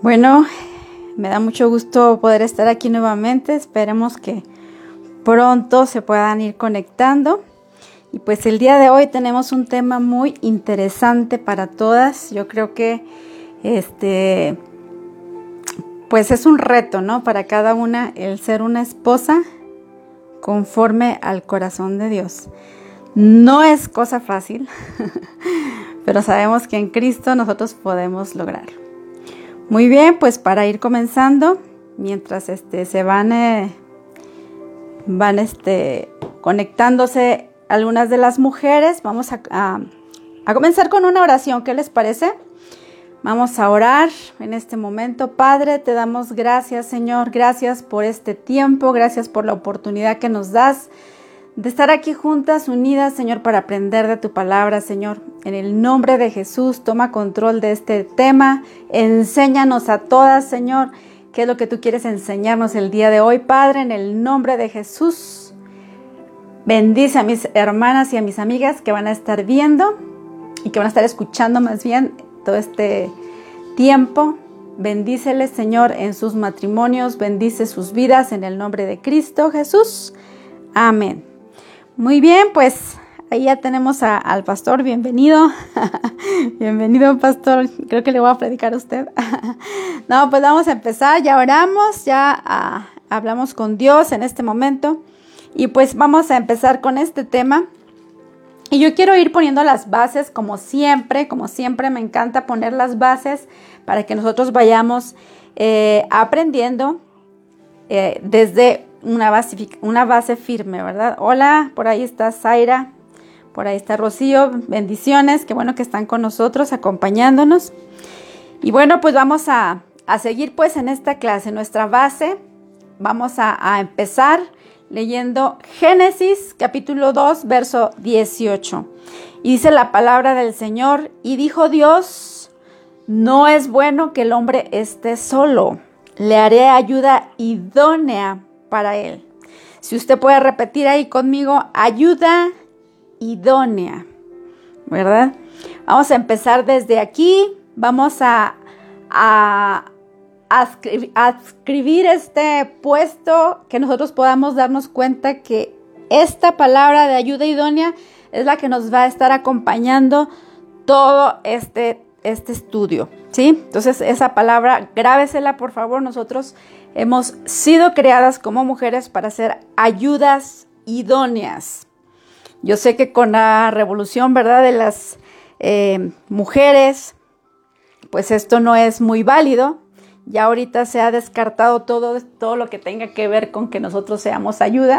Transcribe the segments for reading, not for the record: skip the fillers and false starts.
Bueno, me da mucho gusto poder estar aquí nuevamente. Esperemos que pronto se puedan ir conectando. Y pues el día de hoy tenemos un tema muy interesante para todas. Yo creo que pues es un reto, ¿no? Para cada una el ser una esposa conforme al corazón de Dios. No es cosa fácil, pero sabemos que en Cristo nosotros podemos lograrlo. Muy bien, pues para ir comenzando, mientras se van conectándose algunas de las mujeres, vamos a comenzar con una oración. ¿Qué les parece? Vamos a orar en este momento. Padre, te damos gracias, Señor. Gracias por este tiempo. Gracias por la oportunidad que nos das de estar aquí juntas, unidas, Señor, para aprender de tu palabra, Señor. En el nombre de Jesús, toma control de este tema. Enséñanos a todas, Señor, qué es lo que tú quieres enseñarnos el día de hoy. Padre, en el nombre de Jesús, bendice a mis hermanas y a mis amigas que van a estar viendo y que van a estar escuchando más bien todo este tiempo. Bendíceles, Señor, en sus matrimonios. Bendice sus vidas en el nombre de Cristo Jesús. Amén. Muy bien, pues ahí ya tenemos al pastor. Bienvenido. Bienvenido, pastor. Creo que le voy a predicar a usted. No, pues vamos a empezar. Ya oramos, ya hablamos con Dios en este momento. Y pues vamos a empezar con este tema. Y yo quiero ir poniendo las bases como siempre me encanta poner las bases para que nosotros vayamos aprendiendo desde una base firme, ¿verdad? Hola, por ahí está Zaira, por ahí está Rocío, bendiciones, qué bueno que están con nosotros acompañándonos. Y bueno, pues vamos a seguir pues en esta clase, nuestra base. Vamos a empezar leyendo Génesis capítulo 2, verso 18. Y dice la palabra del Señor: y dijo Dios, no es bueno que el hombre esté solo, le haré ayuda idónea para él. Si usted puede repetir ahí conmigo, ayuda idónea, ¿verdad? Vamos a empezar desde aquí. Vamos a escribir este puesto, que nosotros podamos darnos cuenta que esta palabra de ayuda idónea es la que nos va a estar acompañando todo este estudio, ¿sí? Entonces esa palabra, grábesela por favor. Nosotros hemos sido creadas como mujeres para ser ayudas idóneas. Yo sé que con la revolución, ¿verdad?, de las mujeres, pues esto no es muy válido. Ya ahorita se ha descartado todo lo que tenga que ver con que nosotros seamos ayuda.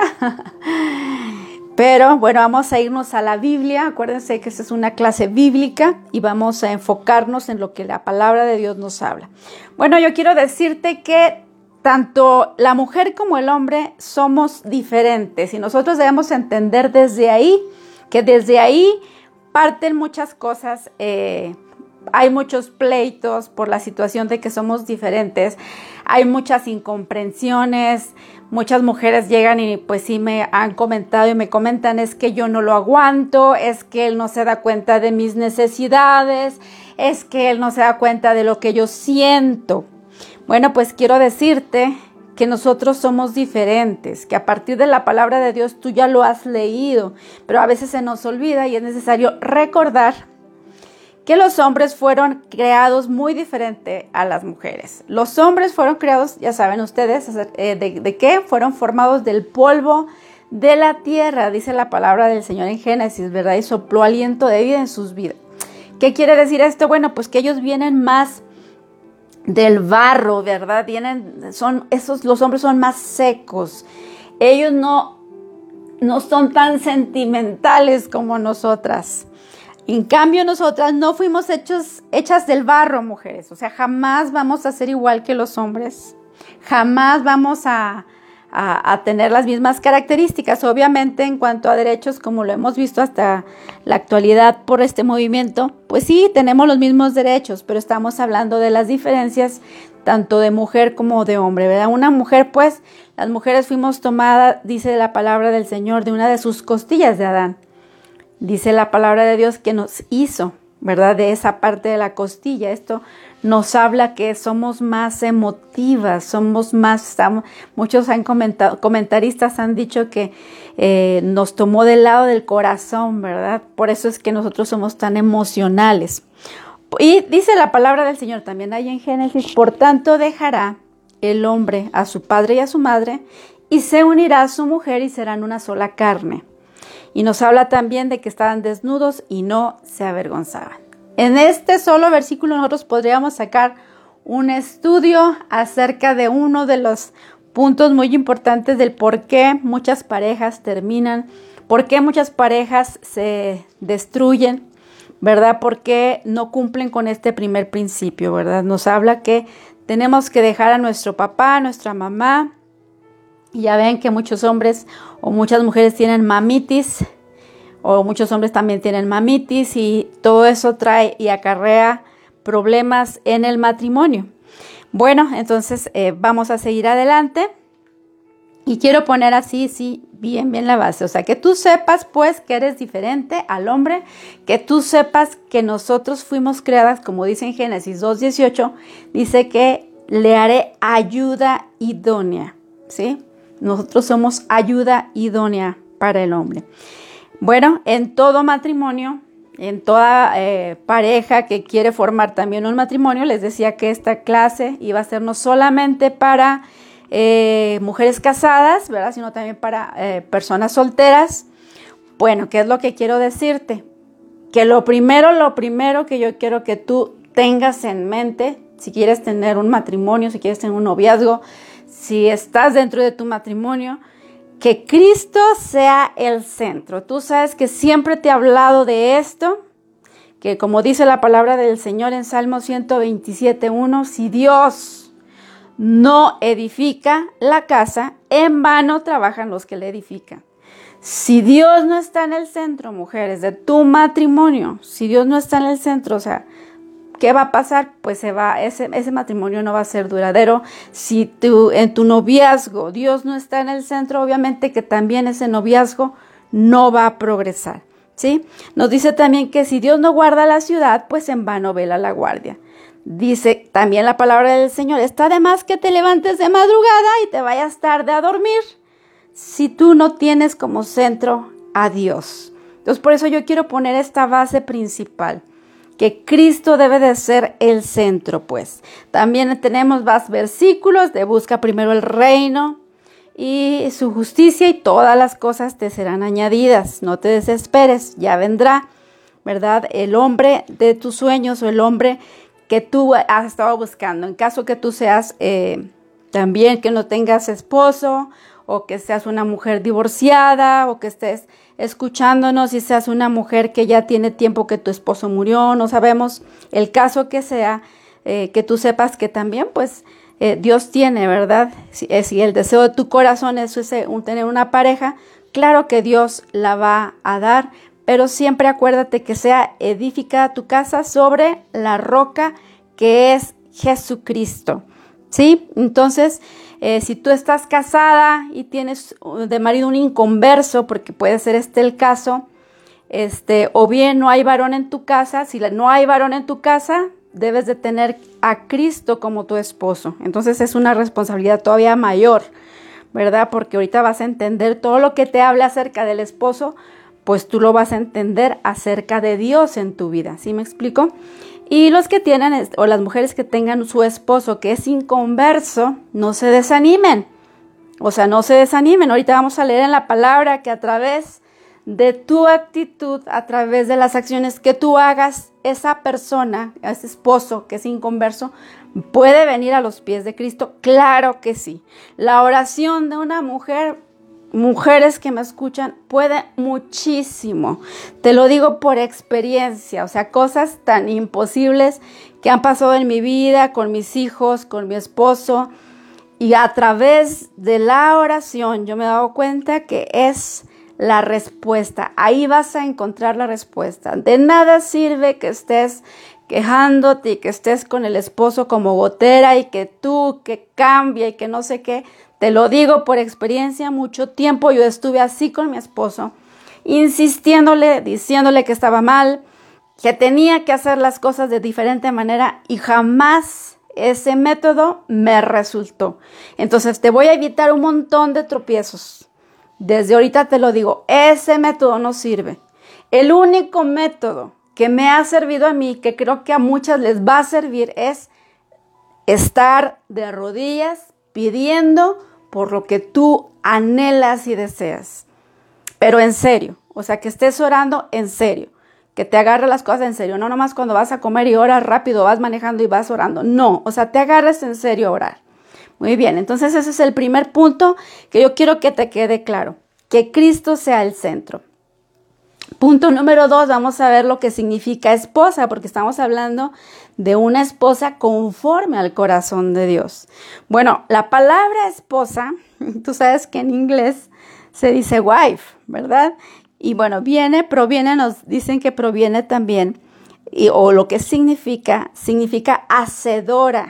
Pero bueno, vamos a irnos a la Biblia. Acuérdense que esta es una clase bíblica y vamos a enfocarnos en lo que la palabra de Dios nos habla. Bueno, yo quiero decirte que tanto la mujer como el hombre somos diferentes y nosotros debemos entender desde ahí, que desde ahí parten muchas cosas. Hay muchos pleitos por la situación de que somos diferentes. Hay muchas incomprensiones. Muchas mujeres llegan y pues sí me han comentado y me comentan: es que yo no lo aguanto, es que él no se da cuenta de mis necesidades, es que él no se da cuenta de lo que yo siento. Bueno, pues quiero decirte que nosotros somos diferentes, que a partir de la palabra de Dios tú ya lo has leído, pero a veces se nos olvida y es necesario recordar que los hombres fueron creados muy diferente a las mujeres. Los hombres fueron creados, ya saben ustedes, ¿de qué? Fueron formados del polvo de la tierra, dice la palabra del Señor en Génesis, ¿verdad? Y sopló aliento de vida en sus vidas. ¿Qué quiere decir esto? Bueno, pues que ellos vienen más del barro, ¿verdad? Los hombres son más secos. Ellos no son tan sentimentales como nosotras. En cambio, nosotras no fuimos hechas del barro, mujeres. O sea, jamás vamos a ser igual que los hombres. Jamás vamos a tener las mismas características. Obviamente, en cuanto a derechos, como lo hemos visto hasta la actualidad por este movimiento, pues sí, tenemos los mismos derechos, pero estamos hablando de las diferencias tanto de mujer como de hombre, ¿verdad? Una mujer, pues, las mujeres fuimos tomadas, dice la palabra del Señor, de una de sus costillas de Adán. Dice la palabra de Dios que nos hizo, ¿verdad? De esa parte de la costilla. Esto nos habla que somos más emotivas, muchos comentaristas han dicho que nos tomó del lado del corazón, ¿verdad? Por eso es que nosotros somos tan emocionales. Y dice la palabra del Señor también ahí en Génesis: por tanto dejará el hombre a su padre y a su madre, y se unirá a su mujer y serán una sola carne. Y nos habla también de que estaban desnudos y no se avergonzaban. En este solo versículo nosotros podríamos sacar un estudio acerca de uno de los puntos muy importantes del por qué muchas parejas terminan, por qué muchas parejas se destruyen, ¿verdad? ¿Por qué no cumplen con este primer principio, verdad? Nos habla que tenemos que dejar a nuestro papá, a nuestra mamá. Y ya ven que muchos hombres o muchas mujeres tienen mamitis, o muchos hombres también tienen mamitis, y todo eso trae y acarrea problemas en el matrimonio. Bueno, entonces vamos a seguir adelante. Y quiero poner así, sí, bien la base. O sea, que tú sepas pues que eres diferente al hombre, que tú sepas que nosotros fuimos creadas, como dice en Génesis 2:18, dice que le haré ayuda idónea, ¿sí? Nosotros somos ayuda idónea para el hombre. Bueno, en todo matrimonio, en toda pareja que quiere formar también un matrimonio, les decía que esta clase iba a ser no solamente para mujeres casadas, ¿verdad? Sino también para personas solteras. Bueno, ¿qué es lo que quiero decirte? Que lo primero que yo quiero que tú tengas en mente, si quieres tener un matrimonio, si quieres tener un noviazgo, si estás dentro de tu matrimonio, que Cristo sea el centro. Tú sabes que siempre te he hablado de esto, que como dice la palabra del Señor en Salmo 127:1, si Dios no edifica la casa, en vano trabajan los que la edifican. Si Dios no está en el centro, mujeres, de tu matrimonio, si Dios no está en el centro, o sea, ¿qué va a pasar? Pues ese matrimonio no va a ser duradero. Si en tu noviazgo Dios no está en el centro, obviamente que también ese noviazgo no va a progresar, ¿sí? Nos dice también que si Dios no guarda la ciudad, pues en vano vela la guardia. Dice también la palabra del Señor: está de más que te levantes de madrugada y te vayas tarde a dormir, si tú no tienes como centro a Dios. Entonces, por eso yo quiero poner esta base principal, que Cristo debe de ser el centro, pues. También tenemos más versículos de busca primero el reino y su justicia, y todas las cosas te serán añadidas. No te desesperes, ya vendrá, ¿verdad? El hombre de tus sueños, o el hombre que tú has estado buscando. En caso que tú seas también que no tengas esposo, o que seas una mujer divorciada, o que estés escuchándonos y seas una mujer que ya tiene tiempo que tu esposo murió, no sabemos el caso que sea, que tú sepas que también pues Dios tiene, ¿verdad? Si el deseo de tu corazón es tener una pareja, claro que Dios la va a dar, pero siempre acuérdate que sea edificada tu casa sobre la roca que es Jesucristo, ¿sí? Entonces, si tú estás casada y tienes de marido un inconverso, porque puede ser el caso, o bien no hay varón en tu casa. Si no hay varón en tu casa, debes de tener a Cristo como tu esposo. Entonces es una responsabilidad todavía mayor, ¿verdad? Porque ahorita vas a entender todo lo que te habla acerca del esposo, pues tú lo vas a entender acerca de Dios en tu vida. ¿Sí me explico? Y los que tienen, o las mujeres que tengan su esposo que es inconverso, no se desanimen. O sea, no se desanimen. Ahorita vamos a leer en la palabra que a través de tu actitud, a través de las acciones que tú hagas, esa persona, ese esposo que es inconverso, puede venir a los pies de Cristo. Claro que sí. La oración de una mujer, mujeres que me escuchan, puede muchísimo. Te lo digo por experiencia, o sea, cosas tan imposibles que han pasado en mi vida, con mis hijos, con mi esposo, y a través de la oración yo me he dado cuenta que es la respuesta. Ahí vas a encontrar la respuesta. De nada sirve que estés quejándote y que estés con el esposo como gotera y que cambia y que no sé qué. Te lo digo por experiencia, mucho tiempo yo estuve así con mi esposo, insistiéndole, diciéndole que estaba mal, que tenía que hacer las cosas de diferente manera y jamás ese método me resultó. Entonces te voy a evitar un montón de tropiezos. Desde ahorita te lo digo, ese método no sirve. El único método que me ha servido a mí, que creo que a muchas les va a servir, es estar de rodillas pidiendo por lo que tú anhelas y deseas. Pero en serio, o sea, que estés orando en serio, que te agarres las cosas en serio, no nomás cuando vas a comer y oras rápido, vas manejando y vas orando. No, o sea, te agarres en serio a orar. Muy bien, entonces ese es el primer punto que yo quiero que te quede claro, que Cristo sea el centro. Punto número 2, vamos a ver lo que significa esposa, porque estamos hablando de una esposa conforme al corazón de Dios. Bueno, la palabra esposa, tú sabes que en inglés se dice wife, ¿verdad? Y bueno, nos dicen que proviene también, o lo que significa hacedora,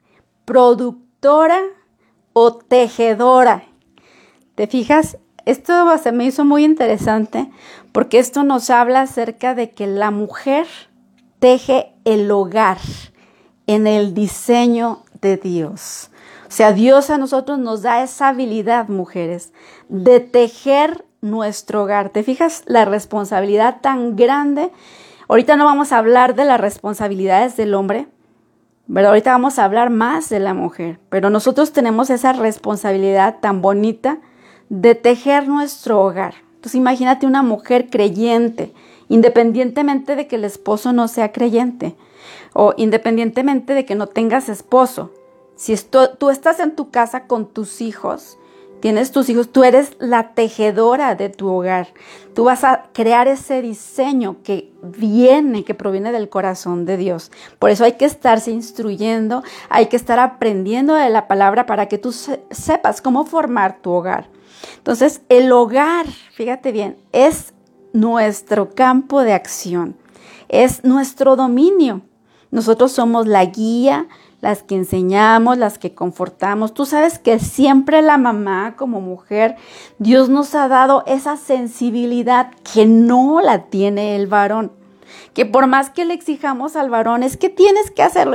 productora o tejedora. ¿Te fijas? Esto se me hizo muy interesante porque esto nos habla acerca de que la mujer teje el hogar en el diseño de Dios. O sea, Dios a nosotros nos da esa habilidad, mujeres, de tejer nuestro hogar. ¿Te fijas la responsabilidad tan grande? Ahorita no vamos a hablar de las responsabilidades del hombre, ¿verdad? Ahorita vamos a hablar más de la mujer, pero nosotros tenemos esa responsabilidad tan bonita de tejer nuestro hogar. Entonces imagínate una mujer creyente, independientemente de que el esposo no sea creyente o independientemente de que no tengas esposo. Si tú estás en tu casa con tus hijos, tienes tus hijos, tú eres la tejedora de tu hogar. Tú vas a crear ese diseño que proviene del corazón de Dios. Por eso hay que estarse instruyendo, hay que estar aprendiendo de la palabra para que tú sepas cómo formar tu hogar. Entonces, el hogar, fíjate bien, es nuestro campo de acción, es nuestro dominio. Nosotros somos la guía, las que enseñamos, las que confortamos. Tú sabes que siempre la mamá como mujer, Dios nos ha dado esa sensibilidad que no la tiene el varón. Que por más que le exijamos al varón, es que tienes que hacerlo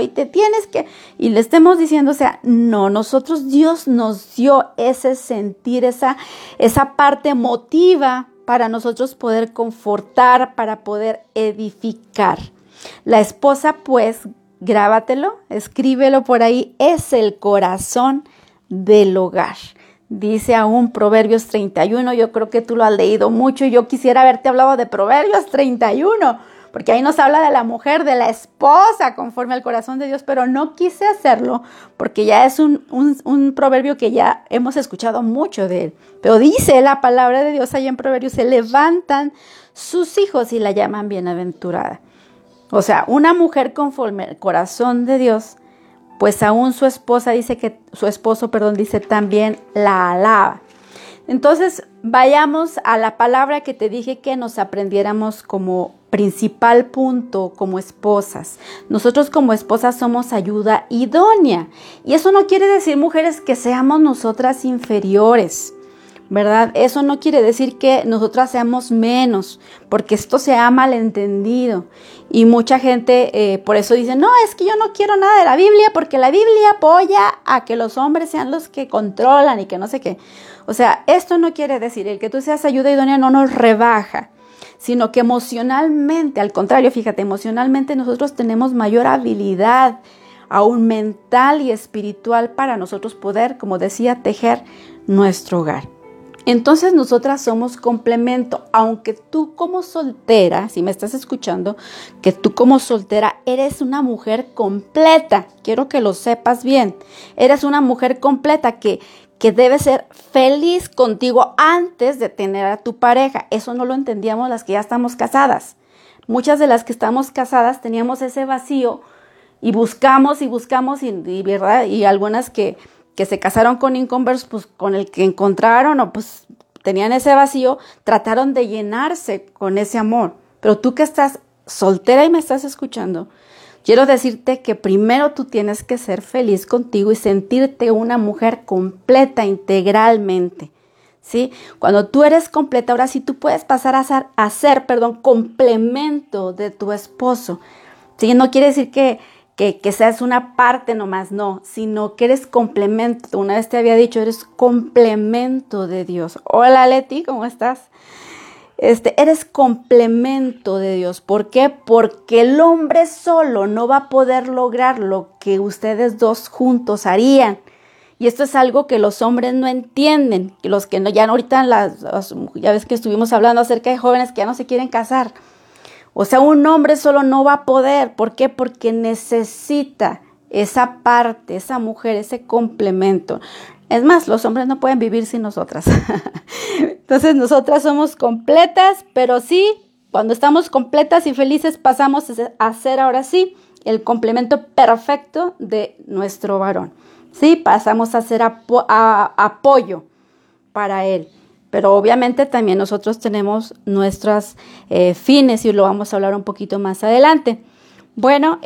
y le estemos diciendo, o sea, no, Dios nos dio ese sentir, esa parte emotiva para nosotros poder confortar, para poder edificar. La esposa, pues, grábatelo, escríbelo por ahí, es el corazón del hogar. Dice aún Proverbios 31, yo creo que tú lo has leído mucho, yo quisiera haberte hablado de Proverbios 31, porque ahí nos habla de la mujer, de la esposa conforme al corazón de Dios, pero no quise hacerlo porque ya es un proverbio que ya hemos escuchado mucho de él. Pero dice la palabra de Dios allá en Proverbios, se levantan sus hijos y la llaman bienaventurada. O sea, una mujer conforme al corazón de Dios, pues aún su esposo dice también la alaba. Entonces, vayamos a la palabra que te dije que nos aprendiéramos como principal punto, como esposas. Nosotros como esposas somos ayuda idónea. Y eso no quiere decir, mujeres, que seamos nosotras inferiores, ¿verdad? Eso no quiere decir que nosotras seamos menos, porque esto se ha malentendido. Y mucha gente por eso dice, no, es que yo no quiero nada de la Biblia, porque la Biblia apoya a que los hombres sean los que controlan y que no sé qué. O sea, esto no quiere decir, el que tú seas ayuda idónea no nos rebaja, sino que emocionalmente, al contrario, fíjate, emocionalmente nosotros tenemos mayor habilidad, aún mental y espiritual, para nosotros poder, como decía, tejer nuestro hogar. Entonces nosotras somos complemento, aunque tú como soltera, si me estás escuchando, que tú como soltera eres una mujer completa, quiero que lo sepas bien, eres una mujer completa que debe ser feliz contigo antes de tener a tu pareja. Eso no lo entendíamos las que ya estamos casadas. Muchas de las que estamos casadas teníamos ese vacío y buscamos y ¿verdad? Y algunas que se casaron con inconversos, pues con el que encontraron o pues tenían ese vacío, trataron de llenarse con ese amor. Pero tú que estás soltera y me estás escuchando, quiero decirte que primero tú tienes que ser feliz contigo y sentirte una mujer completa integralmente. ¿sí? Cuando tú eres completa, ahora sí tú puedes pasar a ser, complemento de tu esposo. ¿Sí? No quiere decir que seas una parte nomás, no, sino que eres complemento. Una vez te había dicho, eres complemento de Dios. Hola Leti, ¿cómo estás? Eres complemento de Dios. ¿Por qué? Porque el hombre solo no va a poder lograr lo que ustedes dos juntos harían. Y esto es algo que los hombres no entienden, que los que no, ya ahorita ya ves que estuvimos hablando acerca de jóvenes que ya no se quieren casar. O sea, un hombre solo no va a poder. ¿Por qué? Porque necesita esa parte, esa mujer, ese complemento. Es más, los hombres no pueden vivir sin nosotras. Entonces, nosotras somos completas, pero sí, cuando estamos completas y felices, pasamos a ser ahora sí el complemento perfecto de nuestro varón. Sí, pasamos a ser apoyo para él. Pero obviamente también nosotros tenemos nuestros fines y lo vamos a hablar un poquito más adelante. Bueno,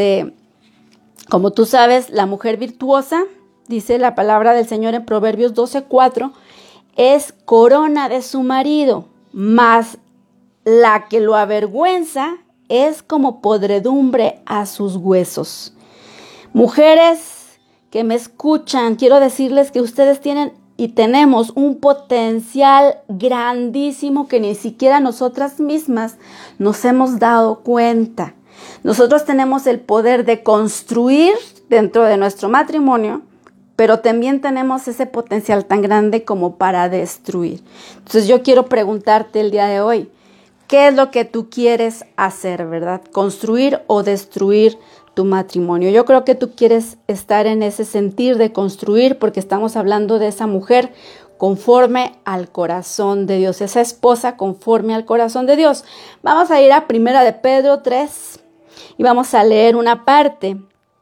como tú sabes, la mujer virtuosa, dice la palabra del Señor en Proverbios 12:4, es corona de su marido, mas la que lo avergüenza es como podredumbre a sus huesos. Mujeres que me escuchan, quiero decirles que ustedes tienen y tenemos un potencial grandísimo que ni siquiera nosotras mismas nos hemos dado cuenta. Nosotros tenemos el poder de construir dentro de nuestro matrimonio, pero también tenemos ese potencial tan grande como para destruir. Entonces yo quiero preguntarte el día de hoy, ¿qué es lo que tú quieres hacer, verdad? ¿Construir o destruir tu matrimonio? Yo creo que tú quieres estar en ese sentir de construir, porque estamos hablando de esa mujer conforme al corazón de Dios, esa esposa conforme al corazón de Dios. Vamos a ir a 1 de Pedro 3 y vamos a leer una parte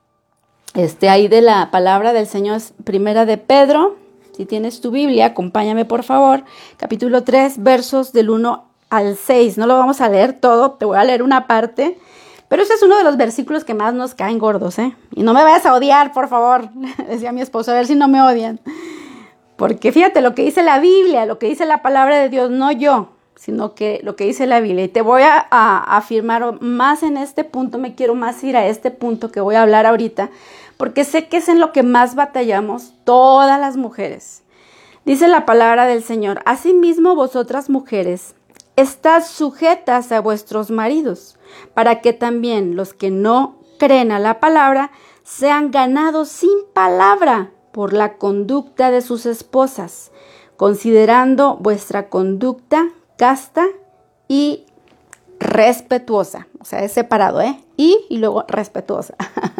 ahí de la palabra del Señor. 1 de Pedro, si tienes tu Biblia, acompáñame por favor, capítulo 3, versos del 1 al 6. No lo vamos a leer todo, te voy a leer una parte. Pero ese es uno de los versículos que más nos caen gordos, ¿eh? Y no me vayas a odiar, por favor, decía mi esposo, a ver si no me odian. Porque fíjate lo que dice la Biblia, lo que dice la palabra de Dios, no yo, sino que lo que dice la Biblia. Y te voy a afirmar más en este punto, me quiero más ir a este punto que voy a hablar ahorita, porque sé que es en lo que más batallamos todas las mujeres. Dice la palabra del Señor, asimismo vosotras mujeres, estad sujetas a vuestros maridos, para que también los que no creen a la palabra sean ganados sin palabra por la conducta de sus esposas, considerando vuestra conducta casta y respetuosa. O sea, es separado, y luego respetuosa.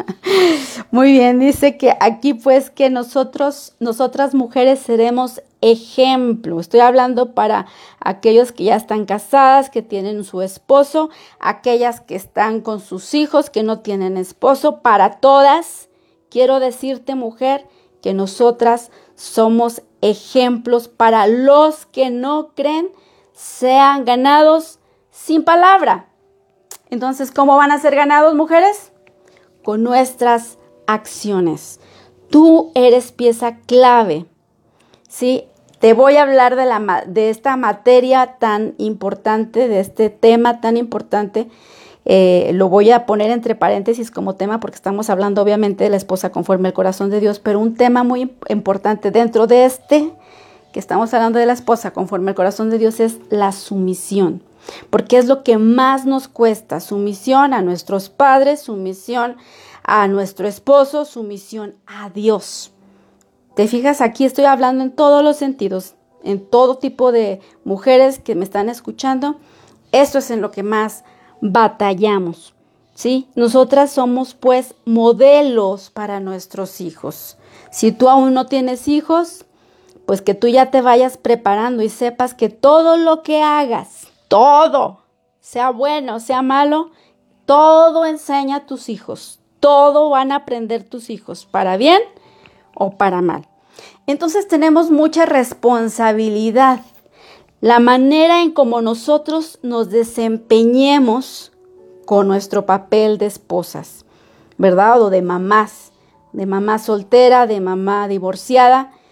Muy bien, dice que aquí pues que nosotras mujeres seremos ejemplo. Estoy hablando para aquellos que ya están casadas, que tienen su esposo, aquellas que están con sus hijos, que no tienen esposo. Para todas, quiero decirte, mujer, que nosotras somos ejemplos para los que no creen, sean ganados sin palabra. Entonces, ¿cómo van a ser ganados, mujeres? Con nuestras acciones. Tú eres pieza clave, ¿sí? Te voy a hablar de esta materia tan importante, de este tema tan importante. Lo voy a poner entre paréntesis como tema porque estamos hablando obviamente de la esposa conforme al corazón de Dios, pero un tema muy importante dentro de que estamos hablando de la esposa conforme al corazón de Dios es la sumisión. Porque es lo que más nos cuesta, sumisión a nuestros padres, sumisión a nuestro esposo, sumisión a Dios. ¿Te fijas? Aquí estoy hablando en todos los sentidos, en todo tipo de mujeres que me están escuchando. Esto es en lo que más batallamos, ¿sí? Nosotras somos pues modelos para nuestros hijos. Si tú aún no tienes hijos, pues que tú ya te vayas preparando y sepas que todo lo que hagas, todo, sea bueno, sea malo, todo enseña a tus hijos, todo van a aprender tus hijos, para bien o para mal. Entonces tenemos mucha responsabilidad. La manera en cómo nosotros nos desempeñemos con nuestro papel de esposas, ¿verdad? O de mamá soltera, de mamá divorciada,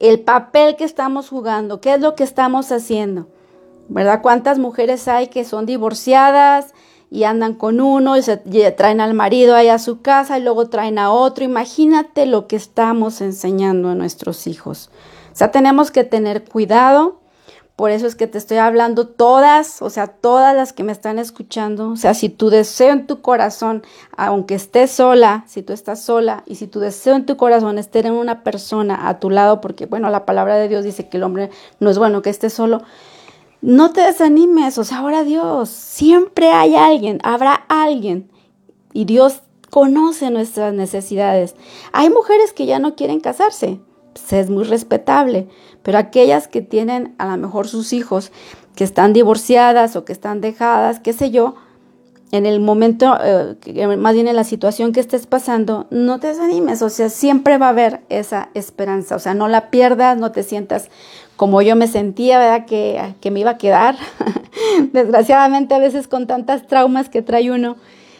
el papel que estamos jugando, qué es lo que estamos haciendo, ¿verdad? ¿Cuántas mujeres hay que son divorciadas y andan con uno y traen al marido ahí a su casa y luego traen a otro? Imagínate lo que estamos enseñando a nuestros hijos. O sea, tenemos que tener cuidado. Por eso es que te estoy hablando todas las que me están escuchando. O sea, si tu deseo en tu corazón, aunque estés sola, si tú estás sola y si tu deseo en tu corazón es tener una persona a tu lado, porque bueno, la palabra de Dios dice que el hombre no es bueno que esté solo, no te desanimes. O sea, ahora Dios, siempre hay alguien, habrá alguien y Dios conoce nuestras necesidades. Hay mujeres que ya no quieren casarse. Pues es muy respetable, pero aquellas que tienen a lo mejor sus hijos que están divorciadas o que están dejadas, qué sé yo, en el momento, más bien en la situación que estés pasando, no te desanimes. O sea, siempre va a haber esa esperanza. O sea, no la pierdas, no te sientas como yo me sentía, ¿verdad? Que me iba a quedar. Desgraciadamente a veces con tantas traumas que trae uno,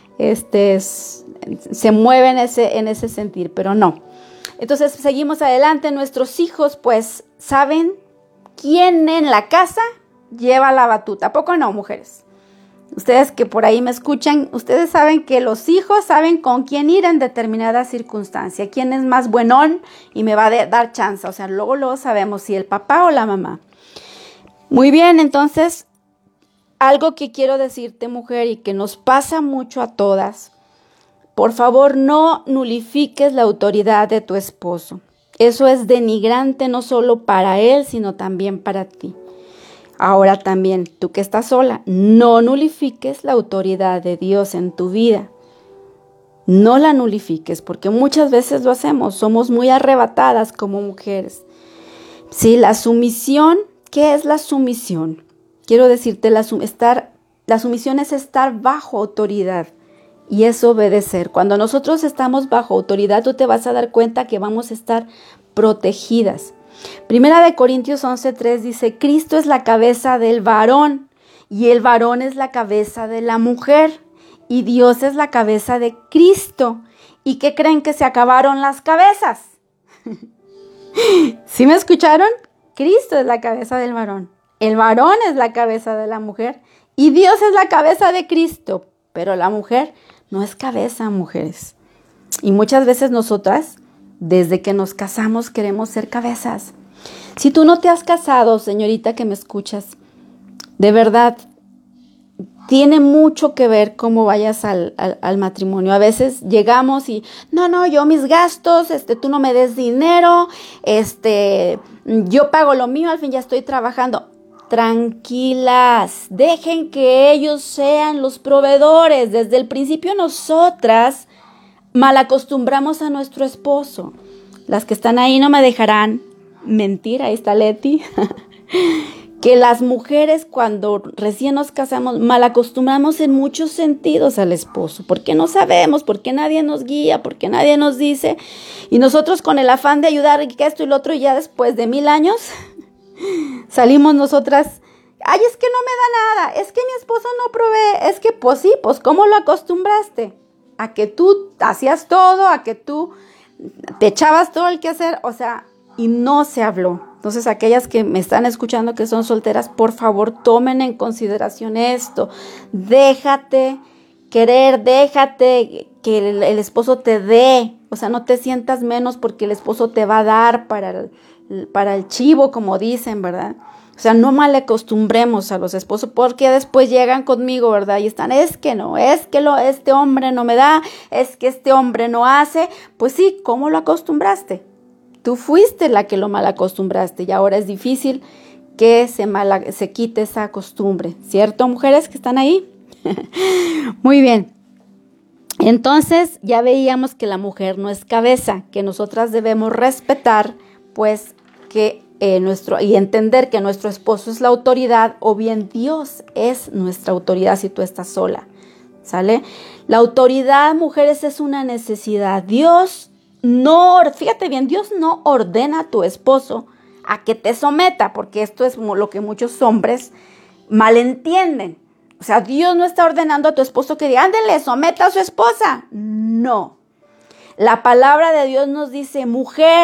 se mueve en ese sentir, pero no. Entonces seguimos adelante. Nuestros hijos pues saben quién en la casa lleva la batuta. ¿A poco no, mujeres? Ustedes que por ahí me escuchan, ustedes saben que los hijos saben con quién ir en determinada circunstancia, quién es más buenón y me va a dar chance. O sea, luego sabemos si el papá o la mamá. Muy bien, entonces, algo que quiero decirte, mujer, y que nos pasa mucho a todas: por favor, no nulifiques la autoridad de tu esposo. Eso es denigrante no solo para él, sino también para ti. Ahora también, tú que estás sola, no nulifiques la autoridad de Dios en tu vida. No la nulifiques, porque muchas veces lo hacemos. Somos muy arrebatadas como mujeres. Sí, la sumisión, ¿qué es la sumisión? Quiero decirte, la sumisión es estar bajo autoridad. Y es obedecer. Cuando nosotros estamos bajo autoridad, tú te vas a dar cuenta que vamos a estar protegidas. Primera de Corintios 11:3 dice: Cristo es la cabeza del varón y el varón es la cabeza de la mujer y Dios es la cabeza de Cristo. ¿Y qué creen que se acabaron las cabezas? ¿Sí me escucharon? Cristo es la cabeza del varón, el varón es la cabeza de la mujer y Dios es la cabeza de Cristo. Pero la mujer no es cabeza, mujeres. Y muchas veces nosotras, desde que nos casamos, queremos ser cabezas. Si tú no te has casado, señorita que me escuchas, de verdad, tiene mucho que ver cómo vayas al matrimonio. A veces llegamos y, no, yo mis gastos, tú no me des dinero, yo pago lo mío, al fin ya estoy trabajando. Tranquilas, dejen que ellos sean los proveedores. Desde el principio nosotras malacostumbramos a nuestro esposo. Las que están ahí no me dejarán mentir, ahí está Leti, que las mujeres cuando recién nos casamos malacostumbramos en muchos sentidos al esposo, porque no sabemos, porque nadie nos guía, porque nadie nos dice, y nosotros con el afán de ayudar y que esto y lo otro, y ya después de 1000 años salimos nosotras, ay, es que no me da nada, es que mi esposo no provee, es que pues sí, pues ¿cómo lo acostumbraste? A que tú hacías todo, a que tú te echabas todo el quehacer, o sea, y no se habló. Entonces, aquellas que me están escuchando que son solteras, por favor, tomen en consideración esto. Déjate querer, déjate que el esposo te dé, o sea, no te sientas menos porque el esposo te va a dar para el chivo, como dicen, ¿verdad? O sea, no mal acostumbremos a los esposos porque después llegan conmigo, ¿verdad? Y están, es que no, este hombre no me da, es que este hombre no hace. Pues sí, ¿cómo lo acostumbraste? Tú fuiste la que lo mal acostumbraste y ahora es difícil que se quite esa costumbre, ¿cierto, mujeres que están ahí? Muy bien. Entonces, ya veíamos que la mujer no es cabeza, que nosotras debemos respetar, pues, y entender que nuestro esposo es la autoridad, o bien Dios es nuestra autoridad si tú estás sola, ¿sale? La autoridad, mujeres, es una necesidad. Fíjate bien, Dios no ordena a tu esposo a que te someta, porque esto es lo que muchos hombres malentienden. O sea, Dios no está ordenando a tu esposo que diga, ándele, someta a su esposa. No. La palabra de Dios nos dice, mujer,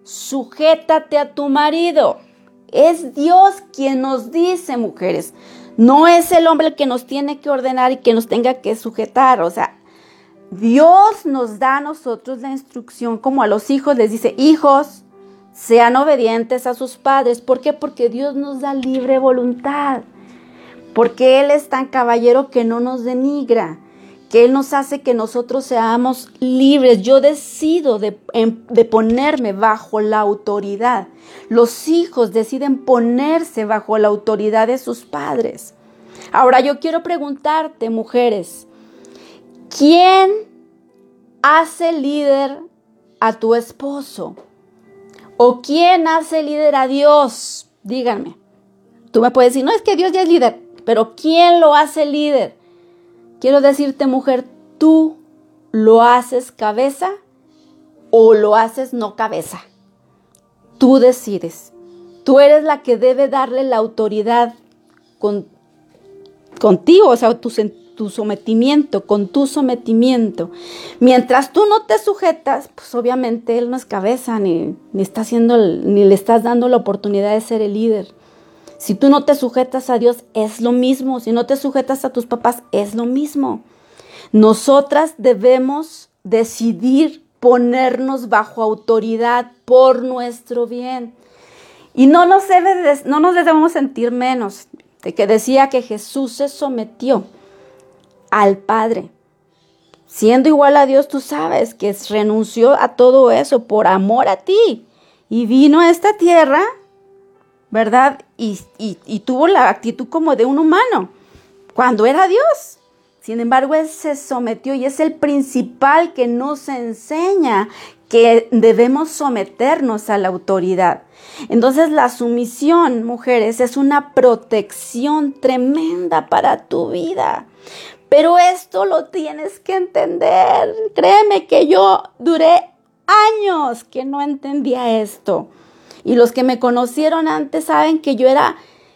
sujétate a tu marido. Es Dios quien nos dice, mujeres. No es el hombre el que nos tiene que ordenar y que nos tenga que sujetar. O sea, Dios nos da a nosotros la instrucción, como a los hijos les dice, hijos, sean obedientes a sus padres. ¿Por qué? Porque Dios nos da libre voluntad. Porque Él es tan caballero que no nos denigra, que Él nos hace que nosotros seamos libres. Yo decido de ponerme bajo la autoridad. Los hijos deciden ponerse bajo la autoridad de sus padres. Ahora yo quiero preguntarte, mujeres, ¿quién hace líder a tu esposo? ¿O quién hace líder a Dios? Díganme. Tú me puedes decir, no, es que Dios ya es líder, pero ¿quién lo hace líder? Quiero decirte, mujer, ¿tú lo haces cabeza o lo haces no cabeza? Tú decides. Tú eres la que debe darle la autoridad contigo, o sea, tu sometimiento, con tu sometimiento. Mientras tú no te sujetas, pues obviamente Él no es cabeza, ni le estás dando la oportunidad de ser el líder. Si tú no te sujetas a Dios, es lo mismo. Si no te sujetas a tus papás, es lo mismo. Nosotras debemos decidir ponernos bajo autoridad por nuestro bien. Y no nos debemos sentir menos. De que decía que Jesús se sometió al Padre. Siendo igual a Dios, tú sabes que renunció a todo eso por amor a ti. Y vino a esta tierra, ¿verdad? Y tuvo la actitud como de un humano, cuando era Dios. Sin embargo, Él se sometió y es el principal que nos enseña que debemos someternos a la autoridad. Entonces, la sumisión, mujeres, es una protección tremenda para tu vida. Pero esto lo tienes que entender. Créeme que yo duré años que no entendía esto. Y los que me conocieron antes saben que yo era,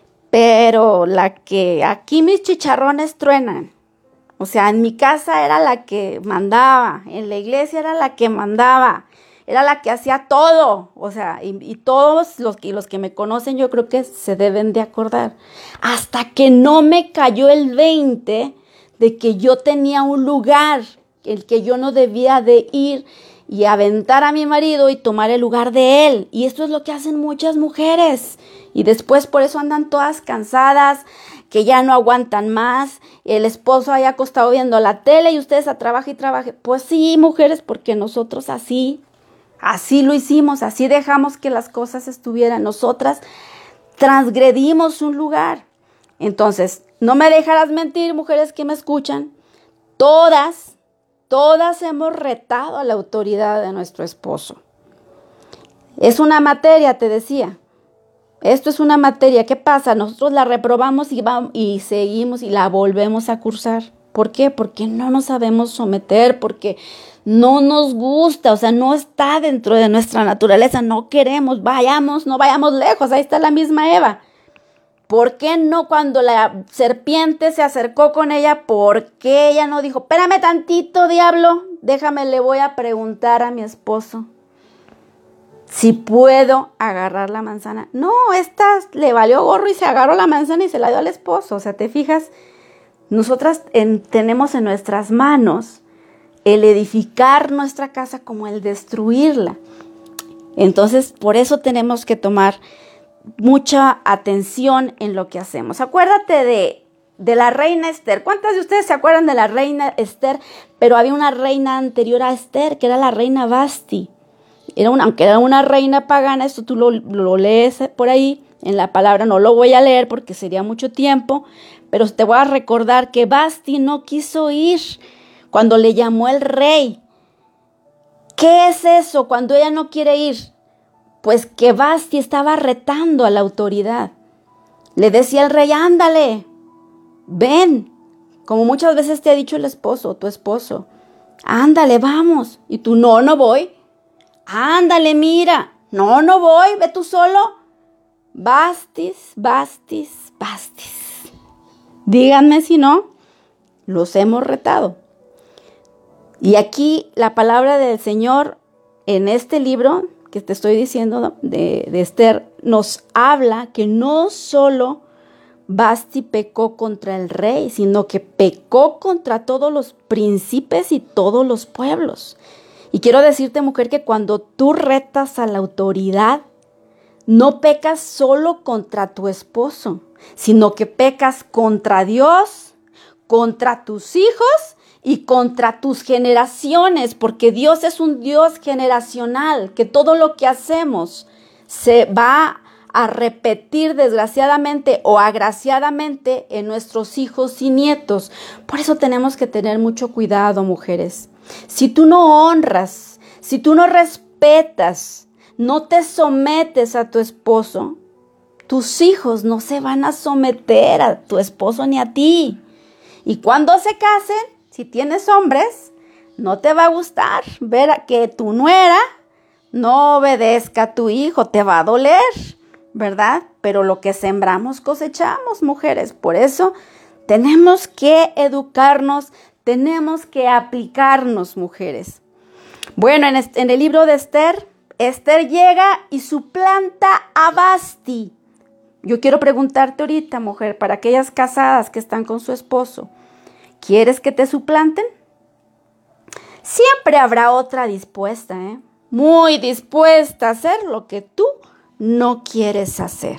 pero la que aquí mis chicharrones truenan. O sea, en mi casa era la que mandaba, en la iglesia era la que mandaba, era la que hacía todo. O sea, y todos los que me conocen yo creo que se deben de acordar. Hasta que no me cayó el 20 de que yo tenía un lugar, el que yo no debía de ir y aventar a mi marido y tomar el lugar de él. Y esto es lo que hacen muchas mujeres. Y después por eso andan todas cansadas, que ya no aguantan más. El esposo ahí acostado viendo la tele y ustedes a trabajar y trabajen. Pues sí, mujeres, porque nosotros así lo hicimos, así dejamos que las cosas estuvieran. Nosotras transgredimos un lugar. Entonces, no me dejarás mentir, mujeres que me escuchan. Todas hemos retado a la autoridad de nuestro esposo. Es una materia, te decía. Esto es una materia. ¿Qué pasa? Nosotros la reprobamos y seguimos y la volvemos a cursar. ¿Por qué? Porque no nos sabemos someter, porque no nos gusta, o sea, no está dentro de nuestra naturaleza. No queremos, no vayamos lejos. Ahí está la misma Eva. ¿Por qué no cuando la serpiente se acercó con ella? ¿Por qué ella no dijo, espérame tantito, diablo? Déjame, le voy a preguntar a mi esposo si puedo agarrar la manzana. No, esta le valió gorro y se agarró la manzana y se la dio al esposo. O sea, ¿te fijas? Nosotras tenemos en nuestras manos el edificar nuestra casa como el destruirla. Entonces, por eso tenemos que tomar mucha atención en lo que hacemos. Acuérdate de la reina Esther. ¿Cuántas de ustedes se acuerdan de la reina Esther? Pero había una reina anterior a Esther, que era la reina Vasti. Aunque era una reina pagana, esto tú lo lees por ahí en la palabra, no lo voy a leer porque sería mucho tiempo, pero te voy a recordar que Vasti no quiso ir cuando le llamó el rey. ¿Qué es eso cuando ella no quiere ir? Pues que Vasti estaba retando a la autoridad. Le decía al rey, ándale, ven, como muchas veces te ha dicho el esposo, tu esposo, ándale, vamos, y tú, no voy. Ándale, mira, no voy, ve tú solo. Bastis. Díganme si no, los hemos retado. Y aquí la palabra del Señor en este libro, que te estoy diciendo de Esther nos habla que no solo Vasti pecó contra el rey, sino que pecó contra todos los príncipes y todos los pueblos. Y quiero decirte, mujer, que cuando tú retas a la autoridad, no pecas solo contra tu esposo, sino que pecas contra Dios, contra tus hijos y contra tus generaciones, porque Dios es un Dios generacional, que todo lo que hacemos se va a repetir desgraciadamente o agraciadamente en nuestros hijos y nietos. Por eso tenemos que tener mucho cuidado, mujeres. Si tú no honras, si tú no respetas, no te sometes a tu esposo, tus hijos no se van a someter a tu esposo ni a ti. Y cuando se casen, si tienes hombres, no te va a gustar ver a que tu nuera no obedezca a tu hijo, te va a doler, ¿verdad? Pero lo que sembramos cosechamos, mujeres. Por eso tenemos que educarnos, tenemos que aplicarnos, mujeres. Bueno, en el libro de Esther, Esther llega y suplanta a Vasti. Yo quiero preguntarte ahorita, mujer, para aquellas casadas que están con su esposo, ¿quieres que te suplanten? Siempre habrá otra dispuesta, muy dispuesta a hacer lo que tú no quieres hacer.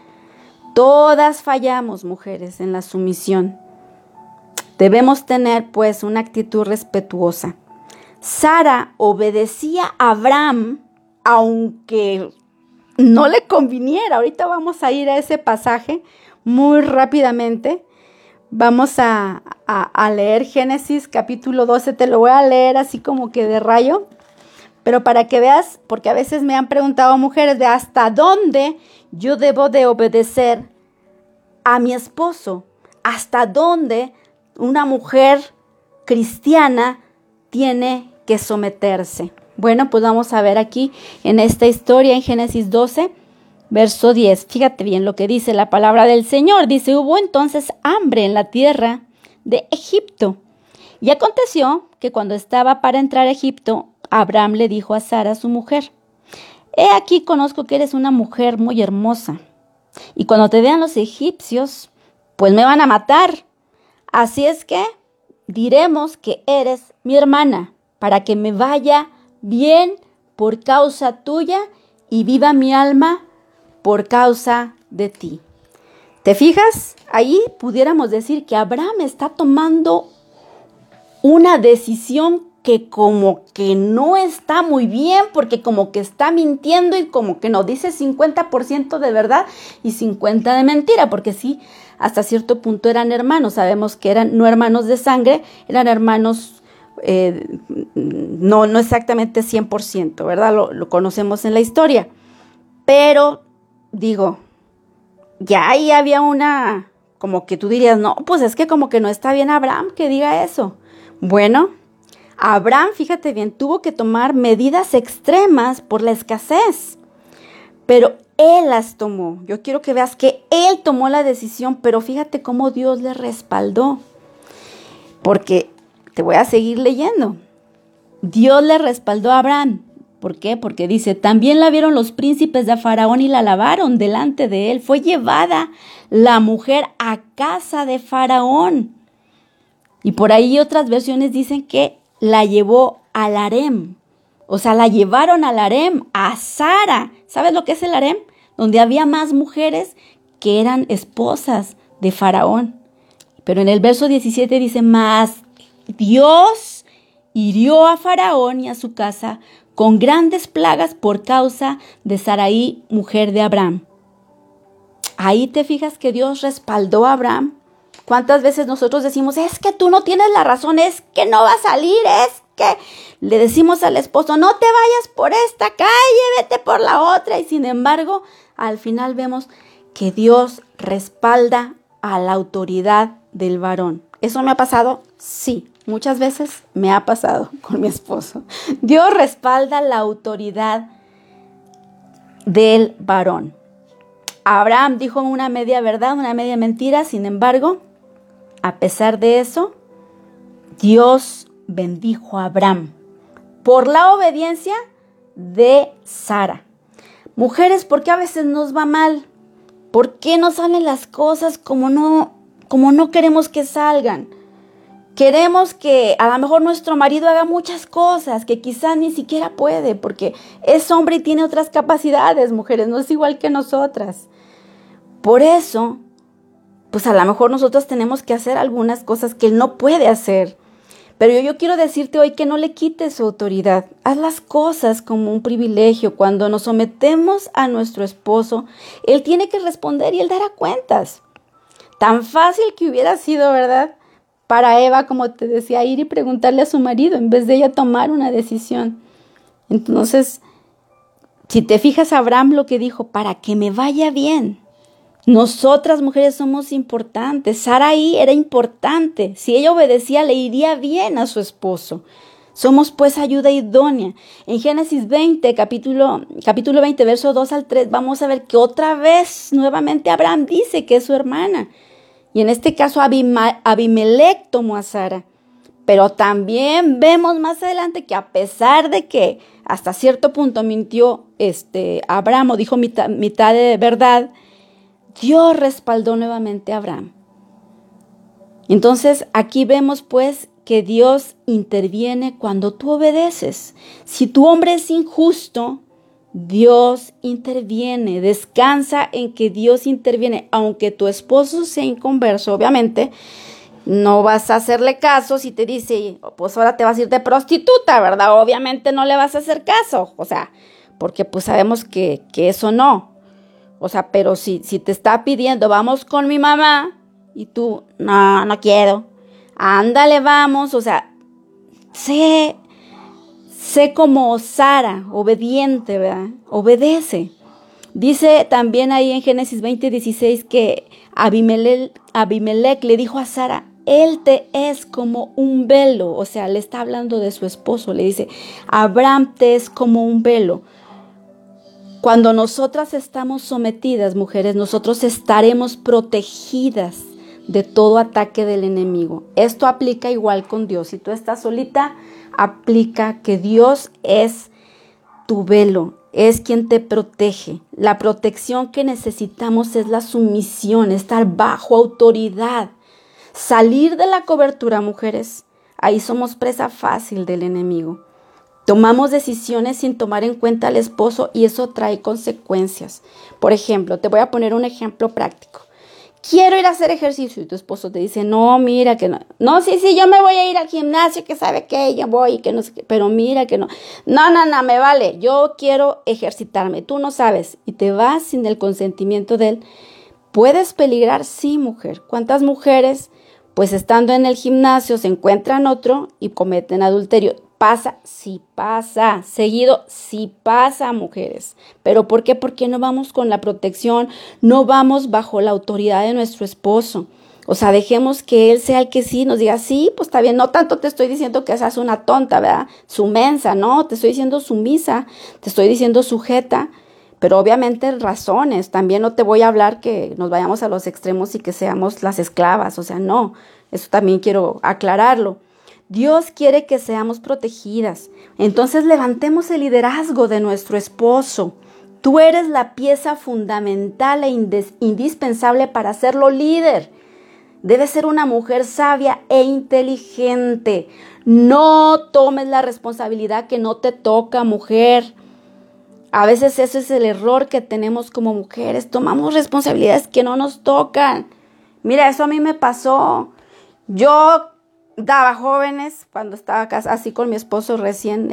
Todas fallamos, mujeres, en la sumisión. Debemos tener, pues, una actitud respetuosa. Sara obedecía a Abraham, aunque no le conviniera. Ahorita vamos a ir a ese pasaje muy rápidamente. Vamos a leer Génesis capítulo 12. Te lo voy a leer así como que de rayo. Pero para que veas, porque a veces me han preguntado mujeres de hasta dónde yo debo de obedecer a mi esposo. Hasta dónde una mujer cristiana tiene que someterse. Bueno, pues vamos a ver aquí en esta historia en Génesis 12, verso 10. Fíjate bien lo que dice la palabra del Señor. Dice, hubo entonces hambre en la tierra de Egipto. Y aconteció que cuando estaba para entrar a Egipto, Abraham le dijo a Sara, su mujer, he aquí conozco que eres una mujer muy hermosa. Y cuando te vean los egipcios, pues me van a matar. Así es que diremos que eres mi hermana, para que me vaya bien por causa tuya y viva mi alma por causa de ti. ¿Te fijas? Ahí pudiéramos decir que Abraham está tomando una decisión que como que no está muy bien, porque como que está mintiendo y como que nos dice 50% de verdad y 50% de mentira, porque sí, hasta cierto punto eran hermanos. Sabemos que eran no hermanos de sangre, eran hermanos no exactamente 100%, ¿verdad? Lo conocemos en la historia. Pero, digo, ya ahí había una, como que tú dirías, no, pues es que como que no está bien Abraham que diga eso. Bueno, Abraham, fíjate bien, tuvo que tomar medidas extremas por la escasez, pero él las tomó. Yo quiero que veas que él tomó la decisión, pero fíjate cómo Dios le respaldó. Porque te voy a seguir leyendo. Dios le respaldó a Abraham. ¿Por qué? Porque dice, también la vieron los príncipes de Faraón y la alabaron delante de él. Fue llevada la mujer a casa de Faraón. Y por ahí otras versiones dicen que la llevó al harem. O sea, la llevaron al harem, a Sara. ¿Sabes lo que es el harem? Donde había más mujeres que eran esposas de Faraón. Pero en el verso 17 dice, mas Dios hirió a Faraón y a su casa con grandes plagas por causa de Sarai, mujer de Abraham. Ahí te fijas que Dios respaldó a Abraham. ¿Cuántas veces nosotros decimos, es que tú no tienes la razón, es que no va a salir, es que le decimos al esposo, no te vayas por esta calle, vete por la otra? Y sin embargo, al final vemos que Dios respalda a la autoridad del varón. ¿Eso me ha pasado? Sí, muchas veces me ha pasado con mi esposo. Dios respalda la autoridad del varón. Abraham dijo una media verdad, una media mentira, sin embargo, a pesar de eso, Dios bendijo a Abraham por la obediencia de Sara. Mujeres, ¿por qué a veces nos va mal? ¿Por qué no salen las cosas como no queremos que salgan? Queremos que a lo mejor nuestro marido haga muchas cosas que quizás ni siquiera puede, porque es hombre y tiene otras capacidades, mujeres, no es igual que nosotras. Por eso, pues a lo mejor nosotros tenemos que hacer algunas cosas que él no puede hacer. Pero yo quiero decirte hoy que no le quites su autoridad. Haz las cosas como un privilegio. Cuando nos sometemos a nuestro esposo, él tiene que responder y él dará cuentas. Tan fácil que hubiera sido, ¿verdad? Para Eva, como te decía, ir y preguntarle a su marido en vez de ella tomar una decisión. Entonces, si te fijas, Abraham lo que dijo, para que me vaya bien. Nosotras mujeres somos importantes. Sarai era importante. Si ella obedecía, le iría bien a su esposo. Somos pues ayuda idónea. En Génesis 20, capítulo 20, verso 2 al 3, vamos a ver que otra vez, nuevamente Abraham dice que es su hermana. Y en este caso Abimelec tomó a Sara. Pero también vemos más adelante que a pesar de que hasta cierto punto mintió Abraham o dijo mitad de verdad, Dios respaldó nuevamente a Abraham. Entonces aquí vemos pues que Dios interviene cuando tú obedeces. Si tu hombre es injusto, Dios interviene. Descansa en que Dios interviene. Aunque tu esposo sea inconverso, obviamente, no vas a hacerle caso si te dice, pues ahora te vas a ir de prostituta, ¿verdad? Obviamente no le vas a hacer caso. O sea, porque pues sabemos que eso no. O sea, pero si te está pidiendo, vamos con mi mamá, y tú, no quiero. Ándale, vamos. O sea, sé como Sara, obediente, ¿verdad? Obedece. Dice también ahí en Génesis 20:16 que Abimelec le dijo a Sara, él te es como un velo. O sea, le está hablando de su esposo. Le dice, Abraham te es como un velo. Cuando nosotras estamos sometidas, mujeres, nosotros estaremos protegidas de todo ataque del enemigo. Esto aplica igual con Dios. Si tú estás solita, aplica que Dios es tu velo, es quien te protege. La protección que necesitamos es la sumisión, estar bajo autoridad. Salir de la cobertura, mujeres, ahí somos presa fácil del enemigo. Tomamos decisiones sin tomar en cuenta al esposo y eso trae consecuencias. Por ejemplo, te voy a poner un ejemplo práctico. Quiero ir a hacer ejercicio y tu esposo te dice, no, mira que no. No, sí, yo me voy a ir al gimnasio, que sabe que yo voy y que no sé qué, pero mira que no. No, me vale, yo quiero ejercitarme, tú no sabes. Y te vas sin el consentimiento de él. ¿Puedes peligrar? Sí, mujer. ¿Cuántas mujeres, pues estando en el gimnasio, se encuentran otro y cometen adulterio? Pasa, sí pasa, seguido, sí pasa, mujeres. ¿Pero por qué? Porque no vamos con la protección, no vamos bajo la autoridad de nuestro esposo. O sea, dejemos que él sea el que sí nos diga, sí, pues está bien, no tanto te estoy diciendo que seas una tonta, ¿verdad? Sumensa, no, te estoy diciendo sumisa, te estoy diciendo sujeta, pero obviamente razones. También no te voy a hablar que nos vayamos a los extremos y que seamos las esclavas, o sea, no, eso también quiero aclararlo. Dios quiere que seamos protegidas. Entonces levantemos el liderazgo de nuestro esposo. Tú eres la pieza fundamental e indispensable para hacerlo líder. Debes ser una mujer sabia e inteligente. No tomes la responsabilidad que no te toca, mujer. A veces ese es el error que tenemos como mujeres. Tomamos responsabilidades que no nos tocan. Mira, eso a mí me pasó. Yo daba jóvenes cuando estaba así con mi esposo recién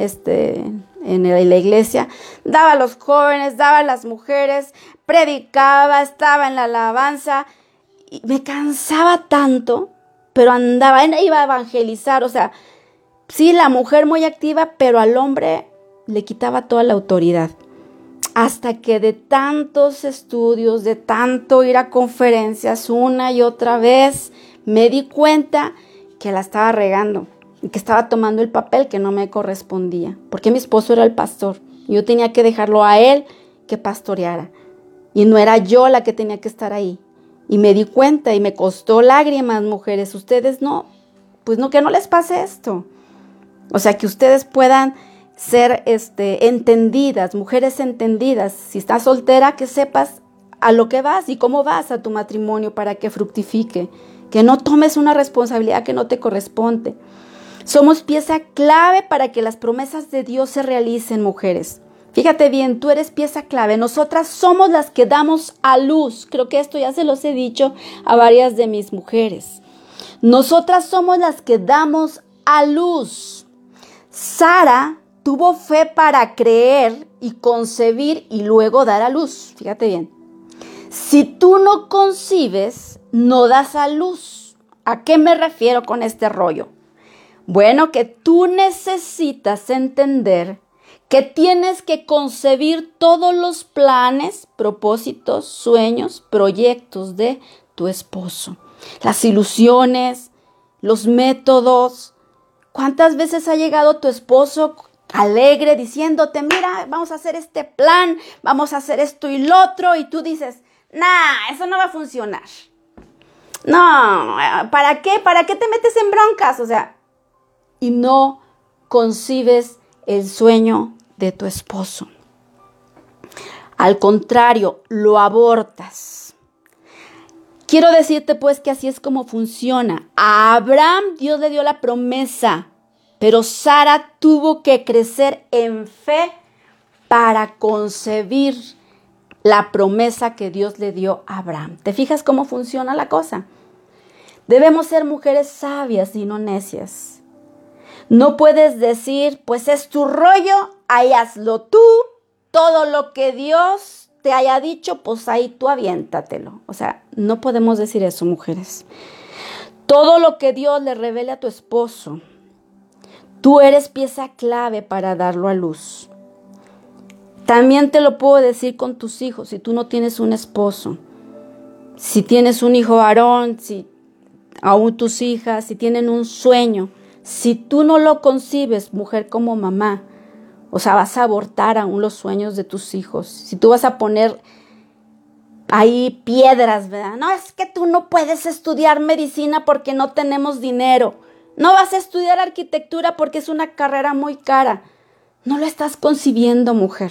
en la iglesia, daba a los jóvenes, daba a las mujeres, predicaba, estaba en la alabanza y me cansaba tanto, pero iba a evangelizar, o sea, sí, la mujer muy activa, pero al hombre le quitaba toda la autoridad. Hasta que de tantos estudios, de tanto ir a conferencias una y otra vez, me di cuenta que la estaba regando y que estaba tomando el papel que no me correspondía, porque mi esposo era el pastor y yo tenía que dejarlo a él que pastoreara y no era yo la que tenía que estar ahí. Y me di cuenta y me costó lágrimas, mujeres. Ustedes no, pues no, que no les pase esto. O sea, que ustedes puedan ser entendidas, mujeres entendidas. Si estás soltera, que sepas a lo que vas y cómo vas a tu matrimonio para que fructifique, que no tomes una responsabilidad que no te corresponde. Somos pieza clave para que las promesas de Dios se realicen, mujeres. Fíjate bien, tú eres pieza clave. Nosotras somos las que damos a luz. Creo que esto ya se los he dicho a varias de mis mujeres. Nosotras somos las que damos a luz. Sara tuvo fe para creer y concebir y luego dar a luz. Fíjate bien. Si tú no concibes, no das a luz. ¿A qué me refiero con este rollo? Bueno, que tú necesitas entender que tienes que concebir todos los planes, propósitos, sueños, proyectos de tu esposo. Las ilusiones, los métodos. ¿Cuántas veces ha llegado tu esposo alegre diciéndote, mira, vamos a hacer este plan, vamos a hacer esto y lo otro? Y tú dices, nah, eso no va a funcionar. No, ¿para qué? ¿Para qué te metes en broncas? O sea, y no concibes el sueño de tu esposo. Al contrario, lo abortas. Quiero decirte pues que así es como funciona. A Abraham Dios le dio la promesa, pero Sara tuvo que crecer en fe para concebir la promesa que Dios le dio a Abraham. ¿Te fijas cómo funciona la cosa? Debemos ser mujeres sabias y no necias. No puedes decir, pues es tu rollo, ahí hazlo tú, todo lo que Dios te haya dicho, pues ahí tú aviéntatelo. O sea, no podemos decir eso, mujeres. Todo lo que Dios le revele a tu esposo, tú eres pieza clave para darlo a luz. También te lo puedo decir con tus hijos, si tú no tienes un esposo, si tienes un hijo varón, si aún tus hijas, si tienen un sueño, si tú no lo concibes, mujer como mamá, o sea, vas a abortar aún los sueños de tus hijos. Si tú vas a poner ahí piedras, ¿verdad? No, es que tú no puedes estudiar medicina porque no tenemos dinero. No vas a estudiar arquitectura porque es una carrera muy cara. No lo estás concibiendo, mujer.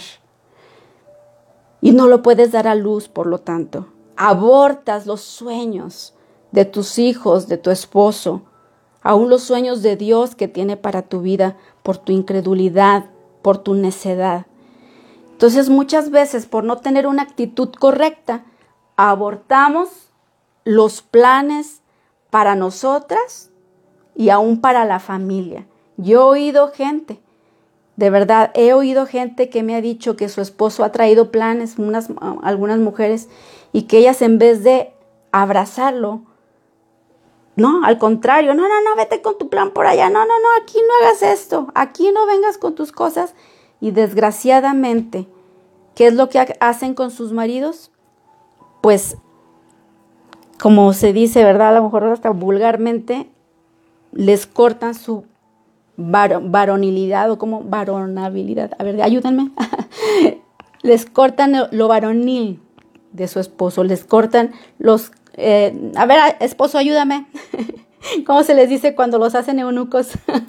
Y no lo puedes dar a luz, por lo tanto. Abortas los sueños de tus hijos, de tu esposo, aún los sueños de Dios que tiene para tu vida por tu incredulidad, por tu necedad. Entonces muchas veces por no tener una actitud correcta, abortamos los planes para nosotras y aún para la familia. Yo he oído gente, de verdad, he oído gente que me ha dicho que su esposo ha traído planes, algunas mujeres, y que ellas en vez de abrazarlo, no, al contrario, no, vete con tu plan por allá, no, aquí no hagas esto, aquí no vengas con tus cosas. Y desgraciadamente, ¿qué es lo que hacen con sus maridos? Pues, como se dice, ¿verdad? A lo mejor hasta vulgarmente, les cortan su varonilidad o como varonabilidad. A ver, ayúdenme. Les cortan lo varonil de su esposo, les cortan los... a ver, esposo, ayúdame. ¿Cómo se les dice cuando los hacen eunucos?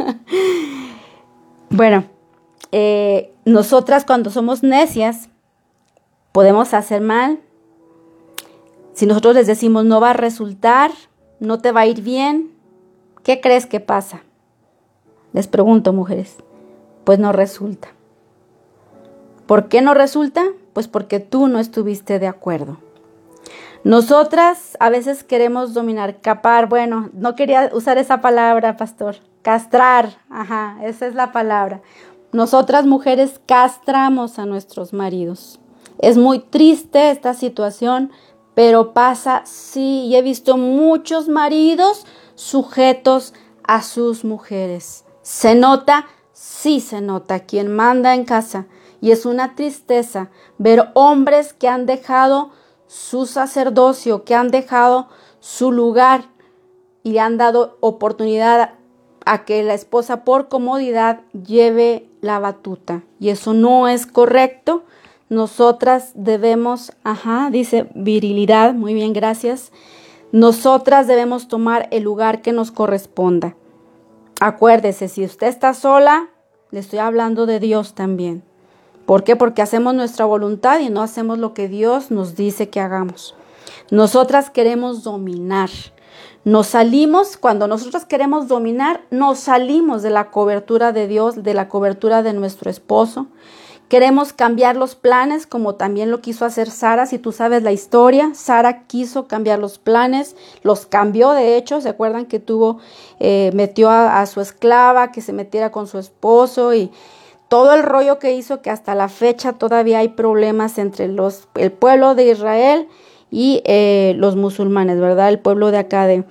Bueno, nosotras cuando somos necias podemos hacer mal. Si nosotros les decimos no va a resultar, no te va a ir bien, ¿qué crees que pasa? Les pregunto, mujeres. Pues no resulta. ¿Por qué no resulta? Pues porque tú no estuviste de acuerdo. Nosotras a veces queremos dominar, capar, bueno, no quería usar esa palabra, pastor, castrar, esa es la palabra. Nosotras mujeres castramos a nuestros maridos. Es muy triste esta situación, pero pasa, sí, y he visto muchos maridos sujetos a sus mujeres. ¿Se nota? Sí se nota, quien manda en casa. Y es una tristeza ver hombres que han dejado su sacerdocio, que han dejado su lugar y le han dado oportunidad a que la esposa por comodidad lleve la batuta. Y eso no es correcto. Nosotras debemos, dice virilidad, muy bien, gracias. Nosotras debemos tomar el lugar que nos corresponda. Acuérdese, si usted está sola, le estoy hablando de Dios también. ¿Por qué? Porque hacemos nuestra voluntad y no hacemos lo que Dios nos dice que hagamos. Nosotras queremos dominar. Cuando nosotros queremos dominar, nos salimos de la cobertura de Dios, de la cobertura de nuestro esposo. Queremos cambiar los planes, como también lo quiso hacer Sara. Si tú sabes la historia, Sara quiso cambiar los planes, los cambió de hecho. ¿Se acuerdan que metió a su esclava que se metiera con su esposo y todo el rollo que hizo, que hasta la fecha todavía hay problemas entre el pueblo de Israel y los musulmanes, ¿verdad? El pueblo de acá de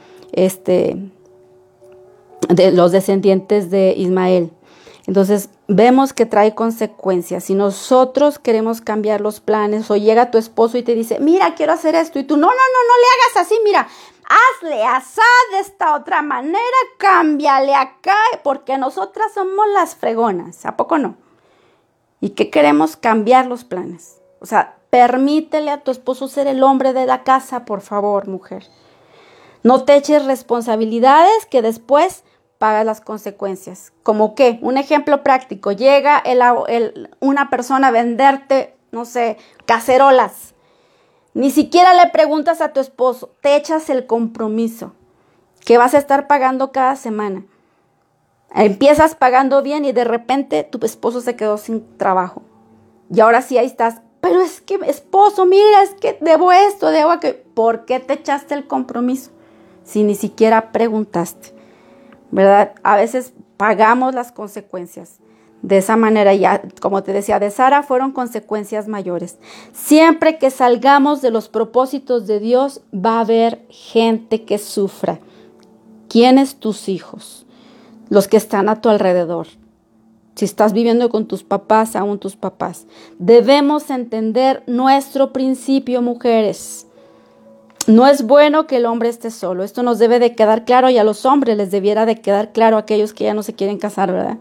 los descendientes de Ismael. Entonces vemos que trae consecuencias. Si nosotros queremos cambiar los planes o llega tu esposo y te dice, mira, quiero hacer esto, y tú, no le hagas así, mira, hazle asá de esta otra manera, cámbiale acá, porque nosotras somos las fregonas, ¿a poco no? ¿Y qué queremos? Cambiar los planes. O sea, permítele a tu esposo ser el hombre de la casa, por favor, mujer. No te eches responsabilidades que después pagas las consecuencias. ¿Cómo qué? Un ejemplo práctico. Llega una persona a venderte, no sé, cacerolas. Ni siquiera le preguntas a tu esposo. Te echas el compromiso que vas a estar pagando cada semana. Empiezas pagando bien y de repente tu esposo se quedó sin trabajo. Y ahora sí ahí estás. Pero es que, esposo, mira, es que debo esto, debo aquello. ¿Por qué te echaste el compromiso si ni siquiera preguntaste? ¿Verdad? A veces pagamos las consecuencias. De esa manera, ya, como te decía, de Sara fueron consecuencias mayores. Siempre que salgamos de los propósitos de Dios, va a haber gente que sufra. ¿Quiénes? Tus hijos, los que están a tu alrededor. Si estás viviendo con tus papás, aún tus papás. Debemos entender nuestro principio, mujeres. No es bueno que el hombre esté solo. Esto nos debe de quedar claro y a los hombres les debiera de quedar claro a aquellos que ya no se quieren casar, ¿verdad?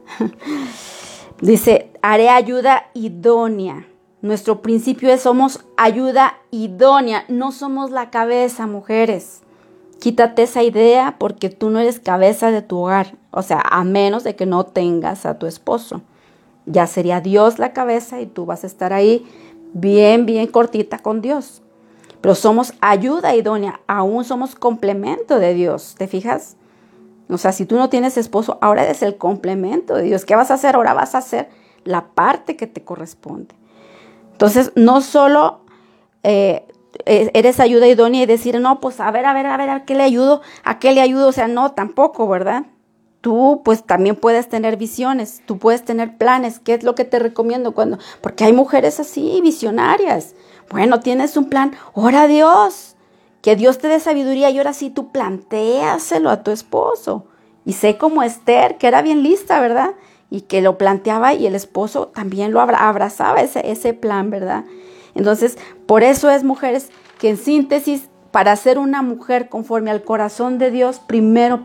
Dice, haré ayuda idónea. Nuestro principio es somos ayuda idónea. No somos la cabeza, mujeres. Quítate esa idea porque tú no eres cabeza de tu hogar. O sea, a menos de que no tengas a tu esposo. Ya sería Dios la cabeza y tú vas a estar ahí bien cortita con Dios. Pero somos ayuda idónea, aún somos complemento de Dios, ¿te fijas? O sea, si tú no tienes esposo, ahora eres el complemento de Dios. ¿Qué vas a hacer? Ahora vas a hacer la parte que te corresponde. Entonces, no solo eres ayuda idónea y decir, no, pues a ver, ¿a qué le ayudo? ¿A qué le ayudo? O sea, no, tampoco, ¿verdad? Tú, pues, también puedes tener visiones, tú puedes tener planes. ¿Qué es lo que te recomiendo? Porque hay mujeres así, visionarias. Bueno, tienes un plan, ora a Dios, que Dios te dé sabiduría y ahora sí tú plantéaselo a tu esposo. Y sé como Esther, que era bien lista, ¿verdad? Y que lo planteaba y el esposo también lo abrazaba ese plan, ¿verdad? Entonces, por eso es, mujeres, que en síntesis, para ser una mujer conforme al corazón de Dios, primero,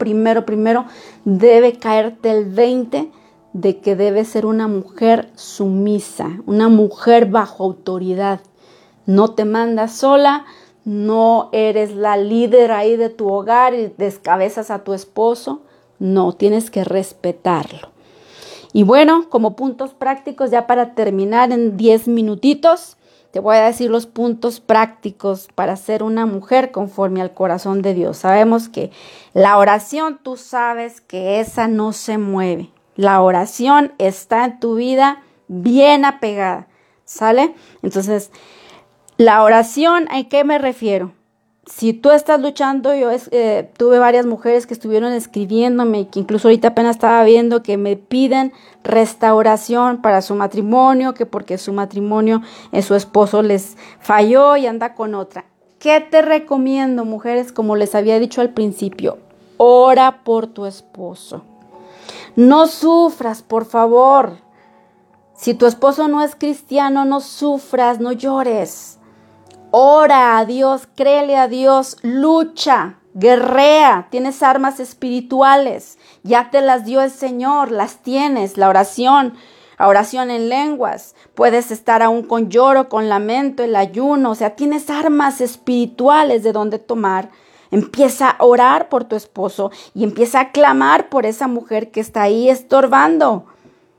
debe caerte el 20 de que debe ser una mujer sumisa, una mujer bajo autoridad. No te mandas sola, no eres la líder ahí de tu hogar y descabezas a tu esposo. No, tienes que respetarlo. Y bueno, como puntos prácticos, ya para terminar en 10 minutitos, te voy a decir los puntos prácticos para ser una mujer conforme al corazón de Dios. Sabemos que la oración, tú sabes que esa no se mueve. La oración está en tu vida bien apegada, ¿sale? Entonces, la oración, ¿a qué me refiero? Si tú estás luchando, yo tuve varias mujeres que estuvieron escribiéndome, que incluso ahorita apenas estaba viendo que me piden restauración para su matrimonio, que porque su matrimonio, su esposo les falló y anda con otra. ¿Qué te recomiendo, mujeres? Como les había dicho al principio, ora por tu esposo. No sufras, por favor. Si tu esposo no es cristiano, no sufras, no llores. Ora a Dios, créele a Dios, lucha, guerrea, tienes armas espirituales, ya te las dio el Señor, las tienes, la oración en lenguas, puedes estar aún con lloro, con lamento, el ayuno, o sea, tienes armas espirituales de donde tomar. Empieza a orar por tu esposo y empieza a clamar por esa mujer que está ahí estorbando.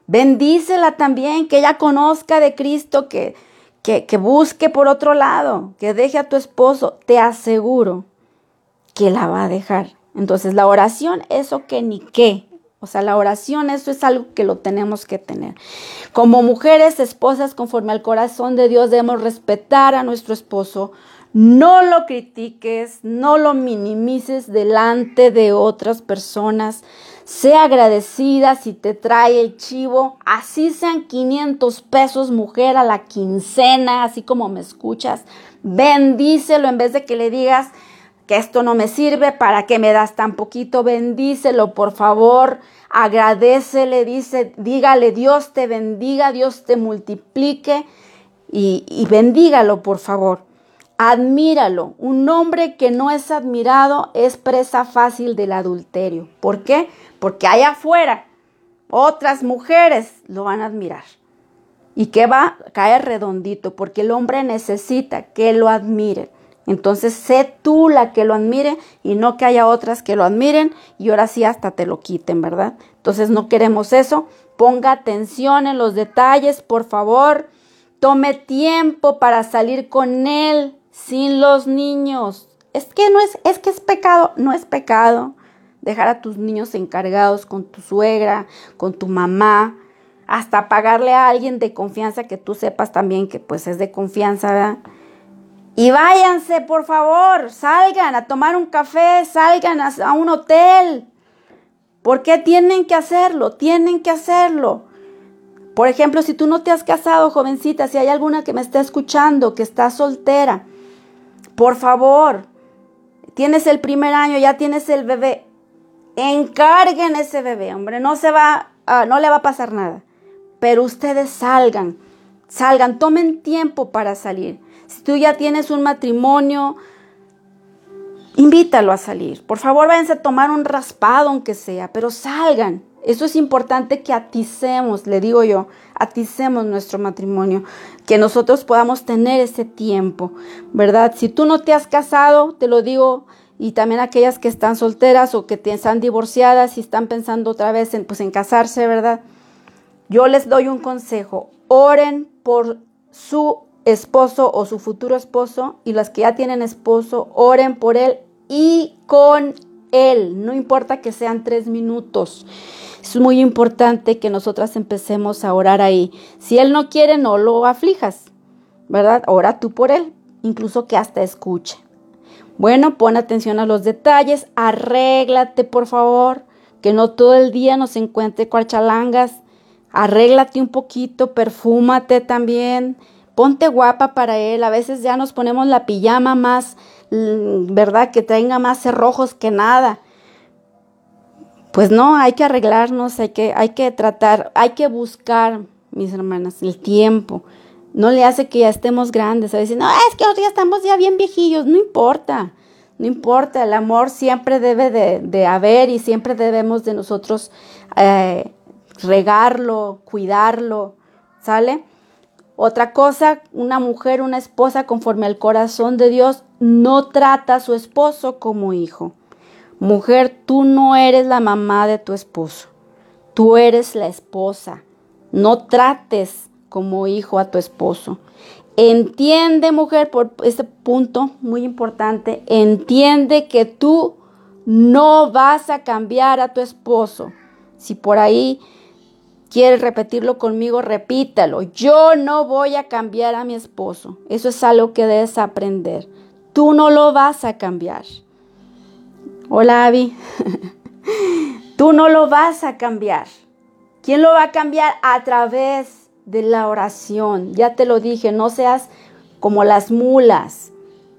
Bendícela también, que ella conozca de Cristo, que busque por otro lado, que deje a tu esposo. Te aseguro que la va a dejar. Entonces la oración, eso que ni qué. O sea, la oración, eso es algo que lo tenemos que tener. Como mujeres, esposas, conforme al corazón de Dios, debemos respetar a nuestro esposo. No lo critiques, no lo minimices delante de otras personas. Sea agradecida si te trae el chivo, así sean 500 pesos, mujer, a la quincena, así como me escuchas. Bendícelo en vez de que le digas que esto no me sirve, ¿para qué me das tan poquito? Bendícelo, por favor, agradécele, dígale, Dios te bendiga, Dios te multiplique y bendígalo, por favor. Admíralo. Un hombre que no es admirado es presa fácil del adulterio. ¿Por qué? Porque allá afuera otras mujeres lo van a admirar. Y que va a caer redondito, porque el hombre necesita que lo admiren. Entonces sé tú la que lo admire y no que haya otras que lo admiren y ahora sí hasta te lo quiten, ¿verdad? Entonces no queremos eso. Ponga atención en los detalles, por favor. Tome tiempo para salir con él sin los niños. Es que es pecado. No es pecado dejar a tus niños encargados con tu suegra, con tu mamá, hasta pagarle a alguien de confianza que tú sepas también que pues es de confianza, ¿verdad? Y váyanse, por favor, salgan a tomar un café, salgan a un hotel. ¿Por qué tienen que hacerlo? Tienen que hacerlo. Por ejemplo, si tú no te has casado, jovencita, si hay alguna que me está escuchando, que está soltera, por favor, tienes el primer año, ya tienes el bebé, encarguen ese bebé, hombre, no le va a pasar nada. Pero ustedes salgan, tomen tiempo para salir. Si tú ya tienes un matrimonio, invítalo a salir. Por favor, váyanse a tomar un raspado, aunque sea, pero salgan. Eso es importante que aticemos, le digo yo, aticemos nuestro matrimonio, que nosotros podamos tener ese tiempo, ¿verdad? Si tú no te has casado, te lo digo, y también aquellas que están solteras o que están divorciadas y están pensando otra vez en casarse, ¿verdad? Yo les doy un consejo: oren por su esposo o su futuro esposo, y las que ya tienen esposo, oren por él y con él, no importa que sean 3 minutos. Es muy importante que nosotras empecemos a orar ahí. Si él no quiere, no lo aflijas, ¿verdad? Ora tú por él, incluso que hasta escuche. Bueno, pon atención a los detalles, arréglate, por favor, que no todo el día nos encuentre cuarchalangas. Arréglate un poquito, perfúmate también, ponte guapa para él. A veces ya nos ponemos la pijama más, ¿verdad? Que tenga más cerrojos que nada. Pues no, hay que arreglarnos, hay que tratar, hay que buscar, mis hermanas, el tiempo. No le hace que ya estemos grandes. A veces, no, es que nosotros ya estamos ya bien viejillos. No importa, el amor siempre debe de haber y siempre debemos de nosotros regarlo, cuidarlo, ¿sale? Otra cosa, una mujer, una esposa conforme al corazón de Dios no trata a su esposo como hijo. Mujer, tú no eres la mamá de tu esposo, tú eres la esposa. No trates como hijo a tu esposo. Entiende, mujer, por este punto muy importante, entiende que tú no vas a cambiar a tu esposo. Si por ahí quieres repetirlo conmigo, repítalo. Yo no voy a cambiar a mi esposo. Eso es algo que debes aprender. Tú no lo vas a cambiar. Hola, Abby. Tú no lo vas a cambiar. ¿Quién lo va a cambiar? A través de la oración. Ya te lo dije, no seas como las mulas.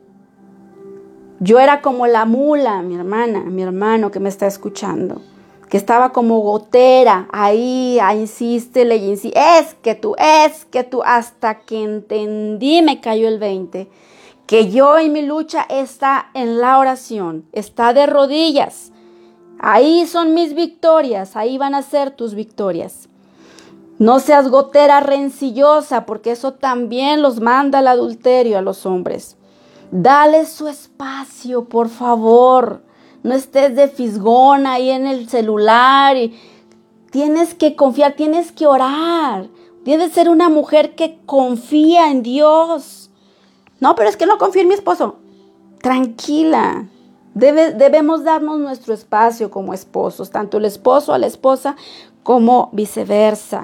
Yo era como la mula, mi hermana, mi hermano que me está escuchando, que estaba como gotera, ahí, insístele y insiste, es que tú, hasta que entendí, me cayó el 20, que yo y mi lucha está en la oración, está de rodillas. Ahí son mis victorias, ahí van a ser tus victorias. No seas gotera rencillosa, porque eso también los manda al adulterio a los hombres. Dale su espacio, por favor. No estés de fisgona ahí en el celular y Tienes que confiar, tienes que orar. Debes ser una mujer que confía en Dios. No, pero es que no confío en mi esposo. Tranquila. Debemos darnos nuestro espacio como esposos, tanto el esposo a la esposa como viceversa.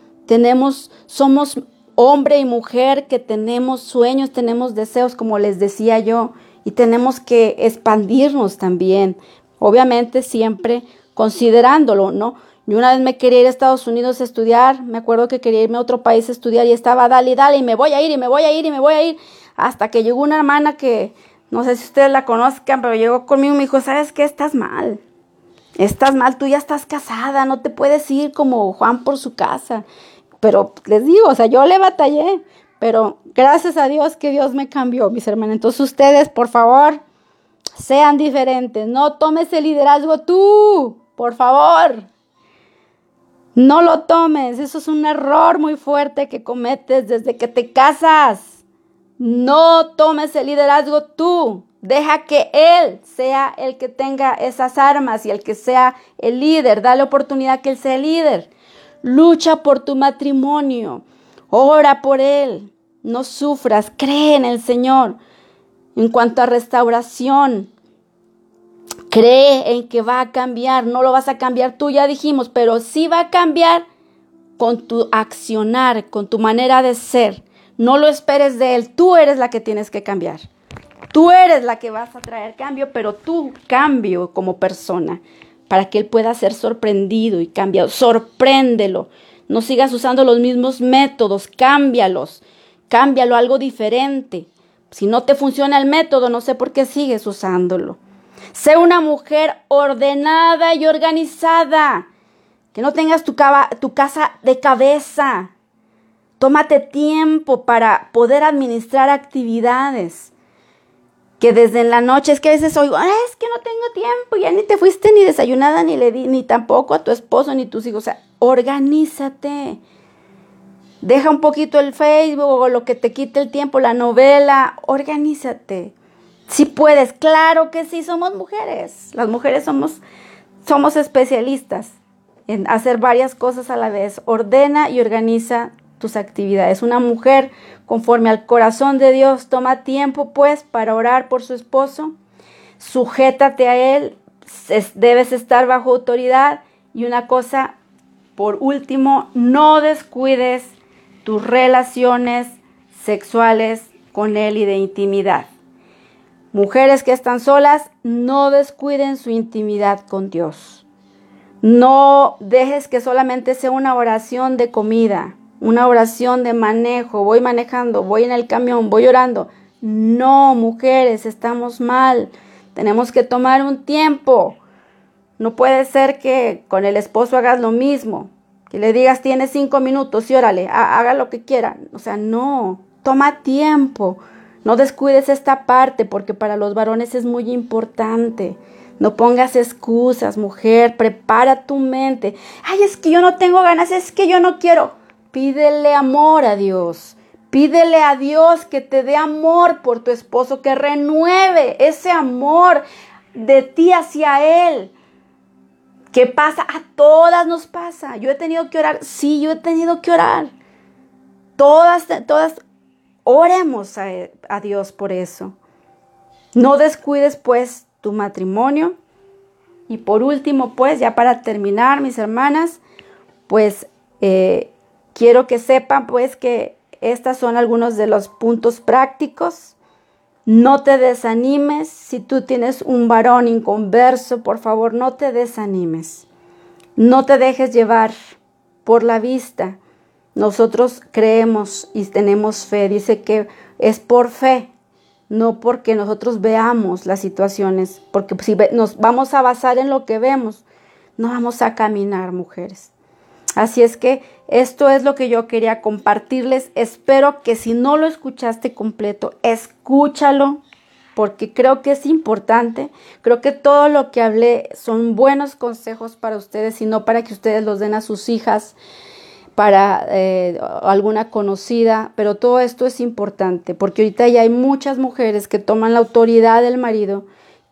Somos hombre y mujer que tenemos sueños, tenemos deseos, como les decía yo, y tenemos que expandirnos también. Obviamente siempre considerándolo, ¿no? Yo una vez me quería ir a Estados Unidos a estudiar, me acuerdo que quería irme a otro país a estudiar y estaba dale, y me voy a ir, hasta que llegó una hermana que, no sé si ustedes la conozcan, pero llegó conmigo y me dijo, ¿sabes qué? Estás mal, tú ya estás casada, no te puedes ir como Juan por su casa. Pero les digo, yo le batallé, pero gracias a Dios que Dios me cambió, mis hermanos. Entonces ustedes, por favor, sean diferentes, no tomes el liderazgo tú, por favor. No lo tomes, eso es un error muy fuerte que cometes desde que te casas. No tomes el liderazgo tú, deja que Él sea el que tenga esas armas y el que sea el líder, dale oportunidad que Él sea el líder. Lucha por tu matrimonio, ora por él, no sufras, cree en el Señor. En cuanto a restauración, cree en que va a cambiar, no lo vas a cambiar tú, ya dijimos, pero sí va a cambiar con tu accionar, con tu manera de ser. No lo esperes de él, tú eres la que tienes que cambiar. Tú eres la que vas a traer cambio, pero tú cambio como persona para que él pueda ser sorprendido y cambiado. Sorpréndelo. No sigas usando los mismos métodos, cámbialo a algo diferente. Si no te funciona el método, no sé por qué sigues usándolo. Sé una mujer ordenada y organizada. Que no tengas tu casa de cabeza. Tómate tiempo para poder administrar actividades. Que desde la noche, es que a veces oigo, es que no tengo tiempo, ya ni te fuiste ni desayunada, ni tampoco a tu esposo, ni tus hijos. Organízate. Deja un poquito el Facebook o lo que te quite el tiempo, la novela. Organízate. Si puedes, claro que sí, somos mujeres. Las mujeres somos especialistas en hacer varias cosas a la vez. Ordena y organiza tus actividades. Una mujer conforme al corazón de Dios toma tiempo pues para orar por su esposo. Sujétate a él. Debes estar bajo autoridad. Y una cosa, por último, no descuides tus relaciones sexuales con él y de intimidad. Mujeres que están solas, no descuiden su intimidad con Dios. No dejes que solamente sea una oración de comida, una oración de manejo. Voy manejando, voy en el camión, voy orando. No, mujeres, estamos mal. Tenemos que tomar un tiempo. No puede ser que con el esposo hagas lo mismo. Que le digas, tienes 5 minutos y órale, haga lo que quiera. No, toma tiempo. No descuides esta parte porque para los varones es muy importante. No pongas excusas, mujer, prepara tu mente. Es que yo no tengo ganas, es que yo no quiero. Pídele amor a Dios. Pídele a Dios que te dé amor por tu esposo, que renueve ese amor de ti hacia él. ¿Qué pasa? A todas nos pasa. Yo he tenido que orar. Sí, yo he tenido que orar. Todas oremos a Dios por eso. No descuides pues tu matrimonio. Y por último pues, ya para terminar, mis hermanas, pues quiero que sepan pues que estos son algunos de los puntos prácticos. No te desanimes. Si tú tienes un varón inconverso, por favor, no te desanimes. No te dejes llevar por la vista. Nosotros creemos y tenemos fe. Dice que es por fe, no porque nosotros veamos las situaciones. Porque si nos vamos a basar en lo que vemos, no vamos a caminar, mujeres. Así es que esto es lo que yo quería compartirles. Espero que si no lo escuchaste completo, escúchalo, porque creo que es importante. Creo que todo lo que hablé son buenos consejos para ustedes y no para que ustedes los den a sus hijas, para alguna conocida. Pero todo esto es importante, porque ahorita ya hay muchas mujeres que toman la autoridad del marido,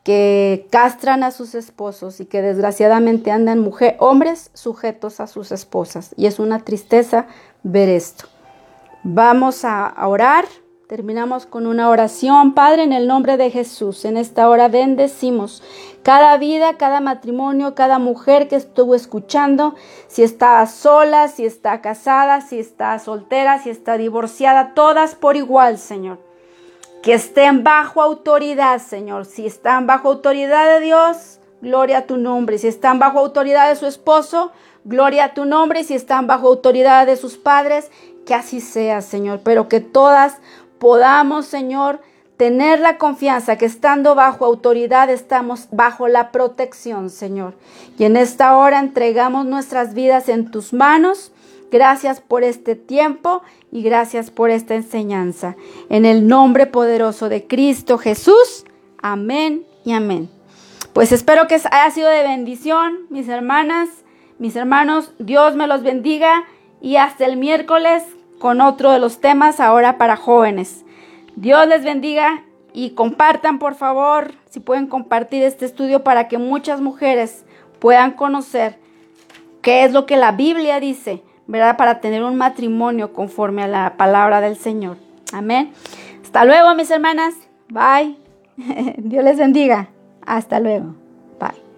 que castran a sus esposos y que desgraciadamente andan hombres sujetos a sus esposas. Y es una tristeza ver esto. Vamos a orar. Terminamos con una oración. Padre, en el nombre de Jesús, en esta hora bendecimos cada vida, cada matrimonio, cada mujer que estuvo escuchando, si está sola, si está casada, si está soltera, si está divorciada, todas por igual, Señor. Que estén bajo autoridad, Señor. Si están bajo autoridad de Dios, gloria a tu nombre. Si están bajo autoridad de su esposo, gloria a tu nombre. Y si están bajo autoridad de sus padres, que así sea, Señor. Pero que todas podamos, Señor, tener la confianza que estando bajo autoridad estamos bajo la protección, Señor. Y en esta hora entregamos nuestras vidas en tus manos. Gracias por este tiempo y gracias por esta enseñanza. En el nombre poderoso de Cristo Jesús. Amén y amén. Pues espero que haya sido de bendición, mis hermanas, mis hermanos. Dios me los bendiga y hasta el miércoles con otro de los temas ahora para jóvenes. Dios les bendiga y compartan, por favor, si pueden compartir este estudio para que muchas mujeres puedan conocer qué es lo que la Biblia dice, ¿verdad? Para tener un matrimonio conforme a la palabra del Señor. Amén. Hasta luego, mis hermanas. Bye. Dios les bendiga. Hasta luego. Bye.